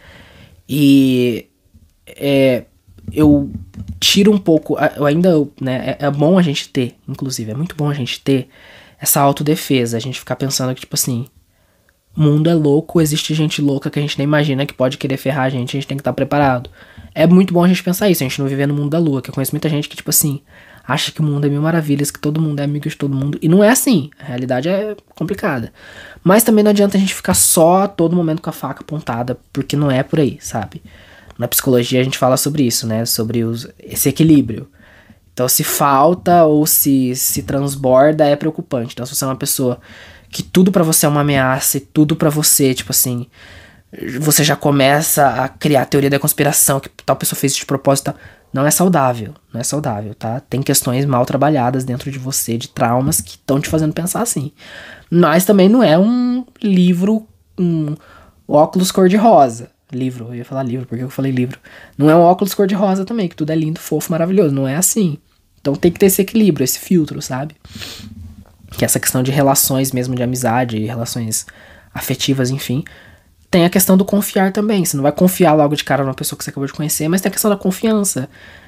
[SPEAKER 1] E... É... Eu tiro um pouco, eu ainda, né, é, é bom a gente ter, inclusive, é muito bom a gente ter essa autodefesa, a gente ficar pensando que, tipo assim, o mundo é louco, existe gente louca que a gente nem imagina que pode querer ferrar a gente, a gente tem que estar preparado. É muito bom a gente pensar isso, a gente não viver no mundo da lua, que eu conheço muita gente que, tipo assim, acha que o mundo é mil maravilhas, que todo mundo é amigo de todo mundo, e não é assim, a realidade é complicada. Mas também não adianta a gente ficar só a todo momento com a faca apontada, porque não é por aí, sabe? Na psicologia a gente fala sobre isso, né? Sobre os, esse equilíbrio. Então, se falta ou se, se transborda, é preocupante. Então, se você é uma pessoa que tudo pra você é uma ameaça e tudo pra você, tipo assim, você já começa a criar a teoria da conspiração, que tal pessoa fez isso de propósito, não é saudável. Não é saudável, tá? Tem questões mal trabalhadas dentro de você, de traumas que estão te fazendo pensar assim. Mas também não é um livro, um óculos cor-de-rosa. Livro, eu ia falar livro, porque eu falei livro. Não é um óculos cor-de-rosa também, que tudo é lindo, fofo, maravilhoso. Não é assim. Então tem que ter esse equilíbrio, esse filtro, sabe? Que é essa questão de relações mesmo, de amizade, relações afetivas, enfim. Tem a questão do confiar também. Você não vai confiar logo de cara numa pessoa que você acabou de conhecer, mas tem a questão da confiança.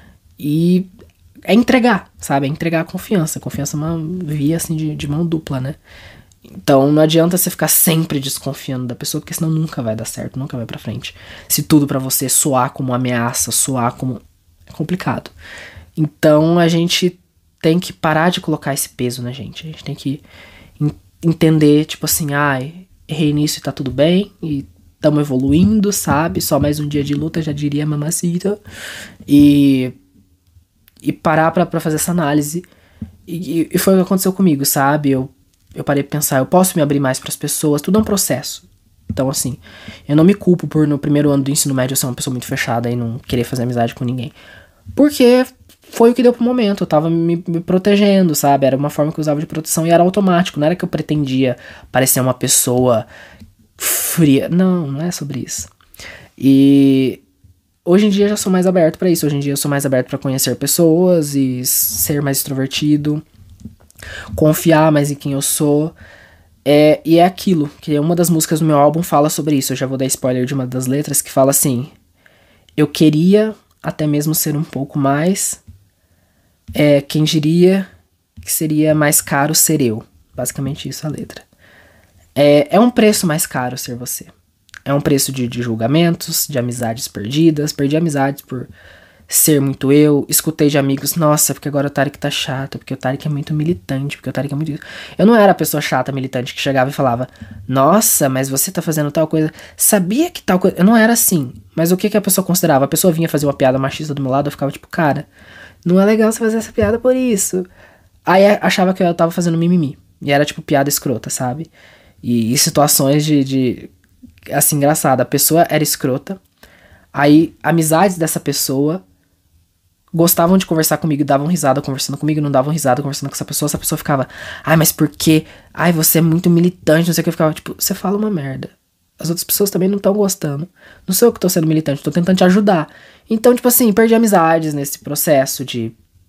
[SPEAKER 1] E é entregar, sabe? É entregar a confiança. A confiança é uma via, assim, de, de mão dupla, né? Então não adianta você ficar sempre desconfiando da pessoa, porque senão nunca vai dar certo, nunca vai pra frente. Se tudo pra você soar como ameaça, soar como... é complicado. Então a gente tem que parar de colocar esse peso na gente. A gente tem que en- entender, tipo assim, ai, errei nisso e tá tudo bem, e tamo evoluindo, sabe? Só mais um dia de luta, já diria a mamacita. E... e parar pra, pra fazer essa análise. E, e foi o que aconteceu comigo, sabe? Eu Eu parei pra pensar, eu posso me abrir mais pras pessoas, tudo é um processo. Então, assim, eu não me culpo por no primeiro ano do ensino médio eu ser uma pessoa muito fechada e não querer fazer amizade com ninguém. Porque foi o que deu pro momento, eu tava me, me protegendo, sabe? Era uma forma que eu usava de proteção e era automático, não era que eu pretendia parecer uma pessoa fria. Não, não é sobre isso. E hoje em dia eu já sou mais aberto pra isso. Hoje em dia eu sou mais aberto pra conhecer pessoas e ser mais extrovertido, confiar mais em quem eu sou. É, e é aquilo, que uma das músicas do meu álbum fala sobre isso. Eu já vou dar spoiler de uma das letras, que fala assim: eu queria até mesmo ser um pouco mais, é, quem diria que seria mais caro ser eu. Basicamente isso a letra. É, é um preço mais caro ser você. É um preço de, de julgamentos, de amizades perdidas. Perdi amizades por ser muito eu. Escutei de amigos, nossa, porque agora o Tarek tá chato, porque o Tarek é muito militante, porque o Tarek é muito... Eu não era a pessoa chata, militante, que chegava e falava, nossa, mas você tá fazendo tal coisa, sabia que tal coisa... Eu não era assim, mas o que, que a pessoa considerava? A pessoa vinha fazer uma piada machista do meu lado, eu ficava tipo, cara, não é legal você fazer essa piada por isso. Aí achava que eu tava fazendo mimimi, e era tipo piada escrota, sabe? E, e situações de, de... assim, engraçada, a pessoa era escrota, aí amizades dessa pessoa gostavam de conversar comigo e davam risada conversando comigo, não davam risada conversando com essa pessoa, essa pessoa ficava, ai, mas por quê? Ai, você é muito militante, não sei o que, eu ficava, tipo, você fala uma merda. As outras pessoas também não estão gostando. Não sou eu que tô sendo militante, tô tentando te ajudar. Então, tipo assim, perdi amizades nesse processo de,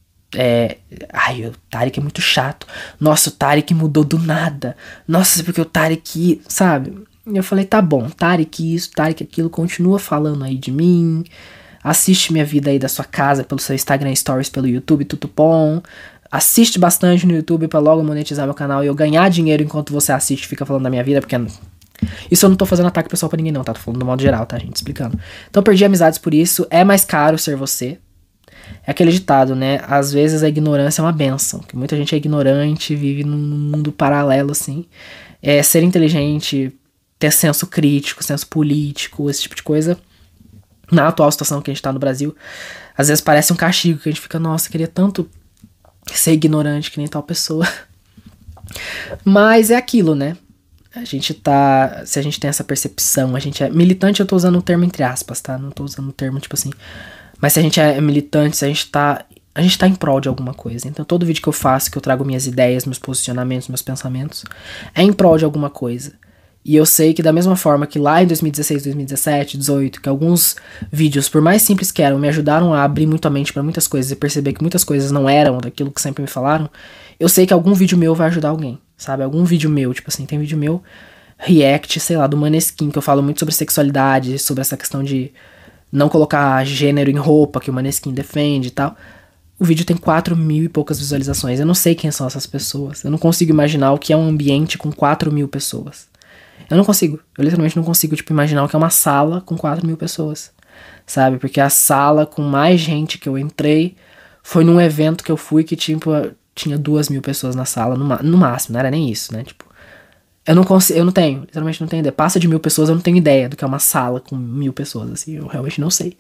[SPEAKER 1] é, ai, o Tarek é muito chato. Nossa, o Tarek mudou do nada. Nossa, porque o Tarek, sabe? E eu falei, tá bom, Tarek isso, Tarek aquilo, continua falando aí de mim. Assiste minha vida aí da sua casa pelo seu Instagram Stories, pelo YouTube, tudo bom. Assiste bastante no YouTube pra logo monetizar meu canal e eu ganhar dinheiro enquanto você assiste e fica falando da minha vida, porque... Isso eu não tô fazendo ataque pessoal pra ninguém não, tá? Tô falando do modo geral, tá, gente? Explicando. Então perdi amizades por isso. É mais caro ser você. É aquele ditado, né? Às vezes a ignorância é uma bênção. Que muita gente é ignorante, vive num mundo paralelo, assim. É, ser inteligente, ter senso crítico, senso político, esse tipo de coisa... Na atual situação que a gente tá no Brasil, às vezes parece um castigo, que a gente fica, nossa, queria tanto ser ignorante que nem tal pessoa. Mas é aquilo, né? A gente tá... Se a gente tem essa percepção, a gente é... Militante, eu tô usando um termo entre aspas, tá? Não tô usando um termo tipo assim... Mas se a gente é militante, se a gente tá... A gente tá em prol de alguma coisa. Então todo vídeo que eu faço, que eu trago minhas ideias, meus posicionamentos, meus pensamentos, é em prol de alguma coisa. E eu sei que da mesma forma que lá em dois mil e dezesseis, dois mil e dezessete, dezoito, que alguns vídeos, por mais simples que eram, me ajudaram a abrir muito a mente pra muitas coisas e perceber que muitas coisas não eram daquilo que sempre me falaram, eu sei que algum vídeo meu vai ajudar alguém, sabe? Algum vídeo meu, tipo assim, tem vídeo meu, react, sei lá, do Maneskin, que eu falo muito sobre sexualidade, sobre essa questão de não colocar gênero em roupa, que o Maneskin defende e tal. O vídeo tem quatro mil e poucas visualizações. Eu não sei quem são essas pessoas. Eu não consigo imaginar o que é um ambiente com quatro mil pessoas. Eu não consigo, eu literalmente não consigo, tipo, imaginar o que é uma sala com quatro mil pessoas, sabe? Porque a sala com mais gente que eu entrei foi num evento que eu fui que, tipo, tinha duas mil pessoas na sala, no, no máximo, não era nem isso, né? Tipo, eu não consigo, eu não tenho, literalmente não tenho ideia. Passa de mil pessoas, eu não tenho ideia do que é uma sala com mil pessoas, assim, eu realmente não sei.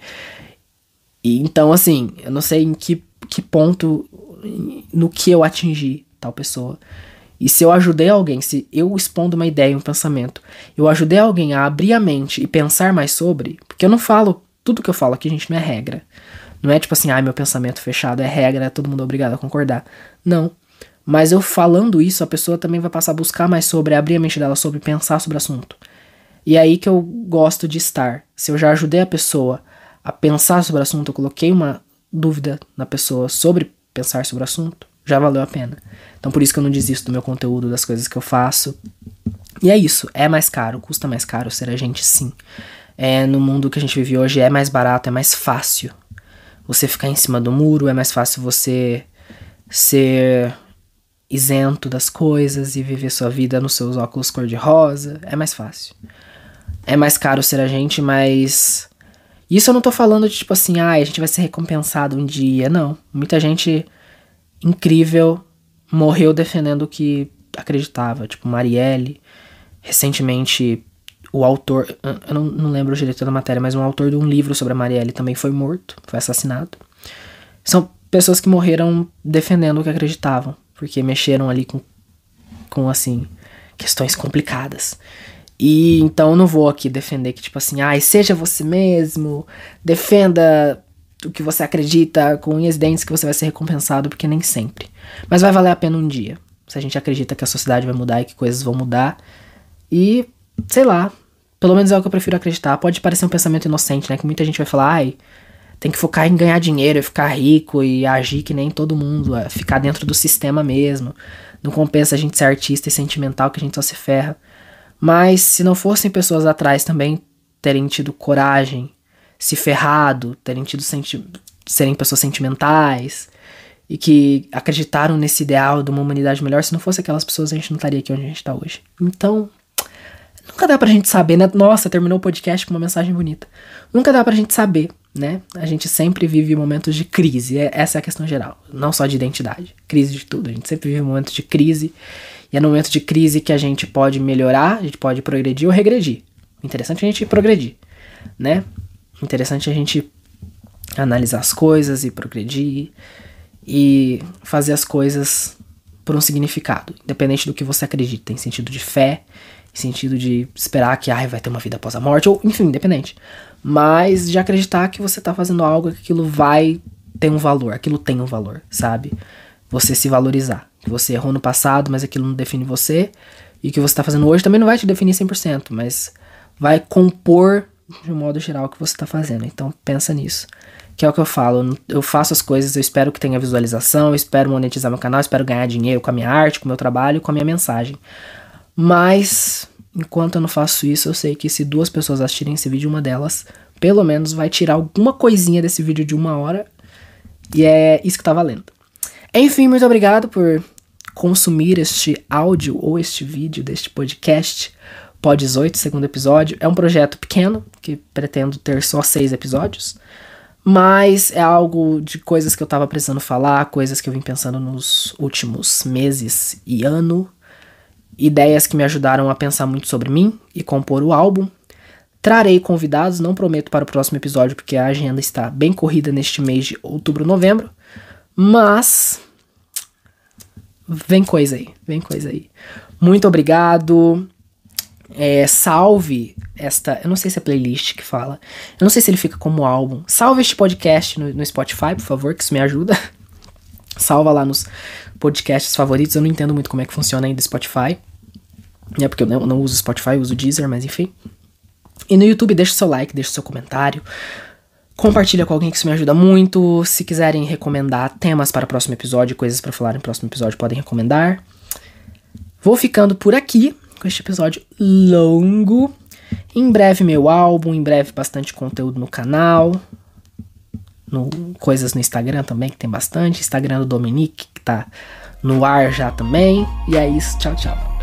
[SPEAKER 1] E então, assim, eu não sei em que, que ponto, no que eu atingi tal pessoa. E se eu ajudei alguém, se eu expondo uma ideia, um pensamento, eu ajudei alguém a abrir a mente e pensar mais sobre, porque eu não falo, tudo que eu falo aqui, gente, não é regra. Não é tipo assim, ah, meu pensamento fechado é regra, é todo mundo obrigado a concordar. Não. Mas eu falando isso, a pessoa também vai passar a buscar mais sobre, abrir a mente dela sobre, pensar sobre o assunto. E é aí que eu gosto de estar. Se eu já ajudei a pessoa a pensar sobre o assunto, eu coloquei uma dúvida na pessoa sobre pensar sobre o assunto, já valeu a pena. Então por isso que eu não desisto do meu conteúdo, das coisas que eu faço. E é isso, é mais caro, custa mais caro ser a gente, sim. É, no mundo que a gente vive hoje é mais barato, é mais fácil você ficar em cima do muro, é mais fácil você ser isento das coisas e viver sua vida nos seus óculos cor-de-rosa, é mais fácil. É mais caro ser a gente, mas... Isso eu não tô falando de tipo assim, ah, a gente vai ser recompensado um dia, não. Muita gente incrível morreu defendendo o que acreditava, tipo Marielle. Recentemente, o autor, eu não, não lembro o diretor da matéria, mas um autor de um livro sobre a Marielle também foi morto, foi assassinado. São pessoas que morreram defendendo o que acreditavam, porque mexeram ali com, com assim, questões complicadas. E então eu não vou aqui defender que tipo assim, ai, seja você mesmo, defenda o que você acredita com unhas e dentes que você vai ser recompensado, porque nem sempre. Mas vai valer a pena um dia, se a gente acredita que a sociedade vai mudar e que coisas vão mudar. E, sei lá, Pelo menos é o que eu prefiro acreditar. Pode parecer um pensamento inocente, né? Que muita gente vai falar, ai, tem que focar em ganhar dinheiro, ficar rico e agir que nem todo mundo, é ficar dentro do sistema mesmo. Não compensa a gente ser artista e sentimental, que a gente só se ferra. Mas se não fossem pessoas atrás também terem tido coragem, se ferrado, terem tido senti- serem pessoas sentimentais e que acreditaram nesse ideal de uma humanidade melhor, se não fosse aquelas pessoas, a gente não estaria aqui onde a gente tá hoje. Então, nunca dá pra gente saber, né? Nossa, terminou o podcast com uma mensagem bonita. Nunca dá pra gente saber, né? A gente sempre vive momentos de crise. Essa é a questão geral. Não só de identidade. Crise de tudo. A gente sempre vive momentos de crise. E é no momento de crise que a gente pode melhorar, a gente pode progredir ou regredir. Interessante a gente progredir, né? Interessante a gente analisar as coisas e progredir e fazer as coisas por um significado, independente do que você acredita, em sentido de fé, em sentido de esperar que ai, vai ter uma vida após a morte, ou enfim, independente. Mas de acreditar que você tá fazendo algo que aquilo vai ter um valor, aquilo tem um valor, sabe? Você se valorizar. Que você errou no passado, mas aquilo não define você. E o que você tá fazendo hoje também não vai te definir cem por cento, mas vai compor de um modo geral o que você tá fazendo. Então pensa nisso. Que é o que eu falo, eu faço as coisas, eu espero que tenha visualização, eu espero monetizar meu canal, eu espero ganhar dinheiro com a minha arte, com o meu trabalho, com a minha mensagem. Mas, enquanto eu não faço isso, eu sei que se duas pessoas assistirem esse vídeo, uma delas, pelo menos, vai tirar alguma coisinha desse vídeo de uma hora. E é isso que tá valendo. Enfim, muito obrigado por consumir este áudio ou este vídeo deste podcast Pod dezoito, segundo episódio. É um projeto pequeno, que pretendo ter só seis episódios. Mas é algo de coisas que eu tava precisando falar, coisas que eu vim pensando nos últimos meses e ano. Ideias que me ajudaram a pensar muito sobre mim e compor o álbum. Trarei convidados, não prometo para o próximo episódio, porque a agenda está bem corrida neste mês de outubro, novembro. Mas vem coisa aí, vem coisa aí. Muito obrigado. É, salve esta, eu não sei se é playlist que fala, eu não sei se ele fica como álbum. Salve este podcast no, no Spotify, por favor, que isso me ajuda. Salva lá nos podcasts favoritos. Eu não entendo muito como é que funciona ainda o Spotify, é porque eu não, não uso Spotify, eu uso Deezer, mas enfim. E no YouTube deixa o seu like, deixa o seu comentário, compartilha com alguém, que isso me ajuda muito. Se quiserem recomendar temas para o próximo episódio, coisas para falar no próximo episódio, podem recomendar. Vou ficando por aqui com este episódio longo. Em breve meu álbum, em breve bastante conteúdo no canal, no, coisas no Instagram também, que tem bastante. Instagram do Dominique, que tá no ar já também. E é isso, tchau, tchau.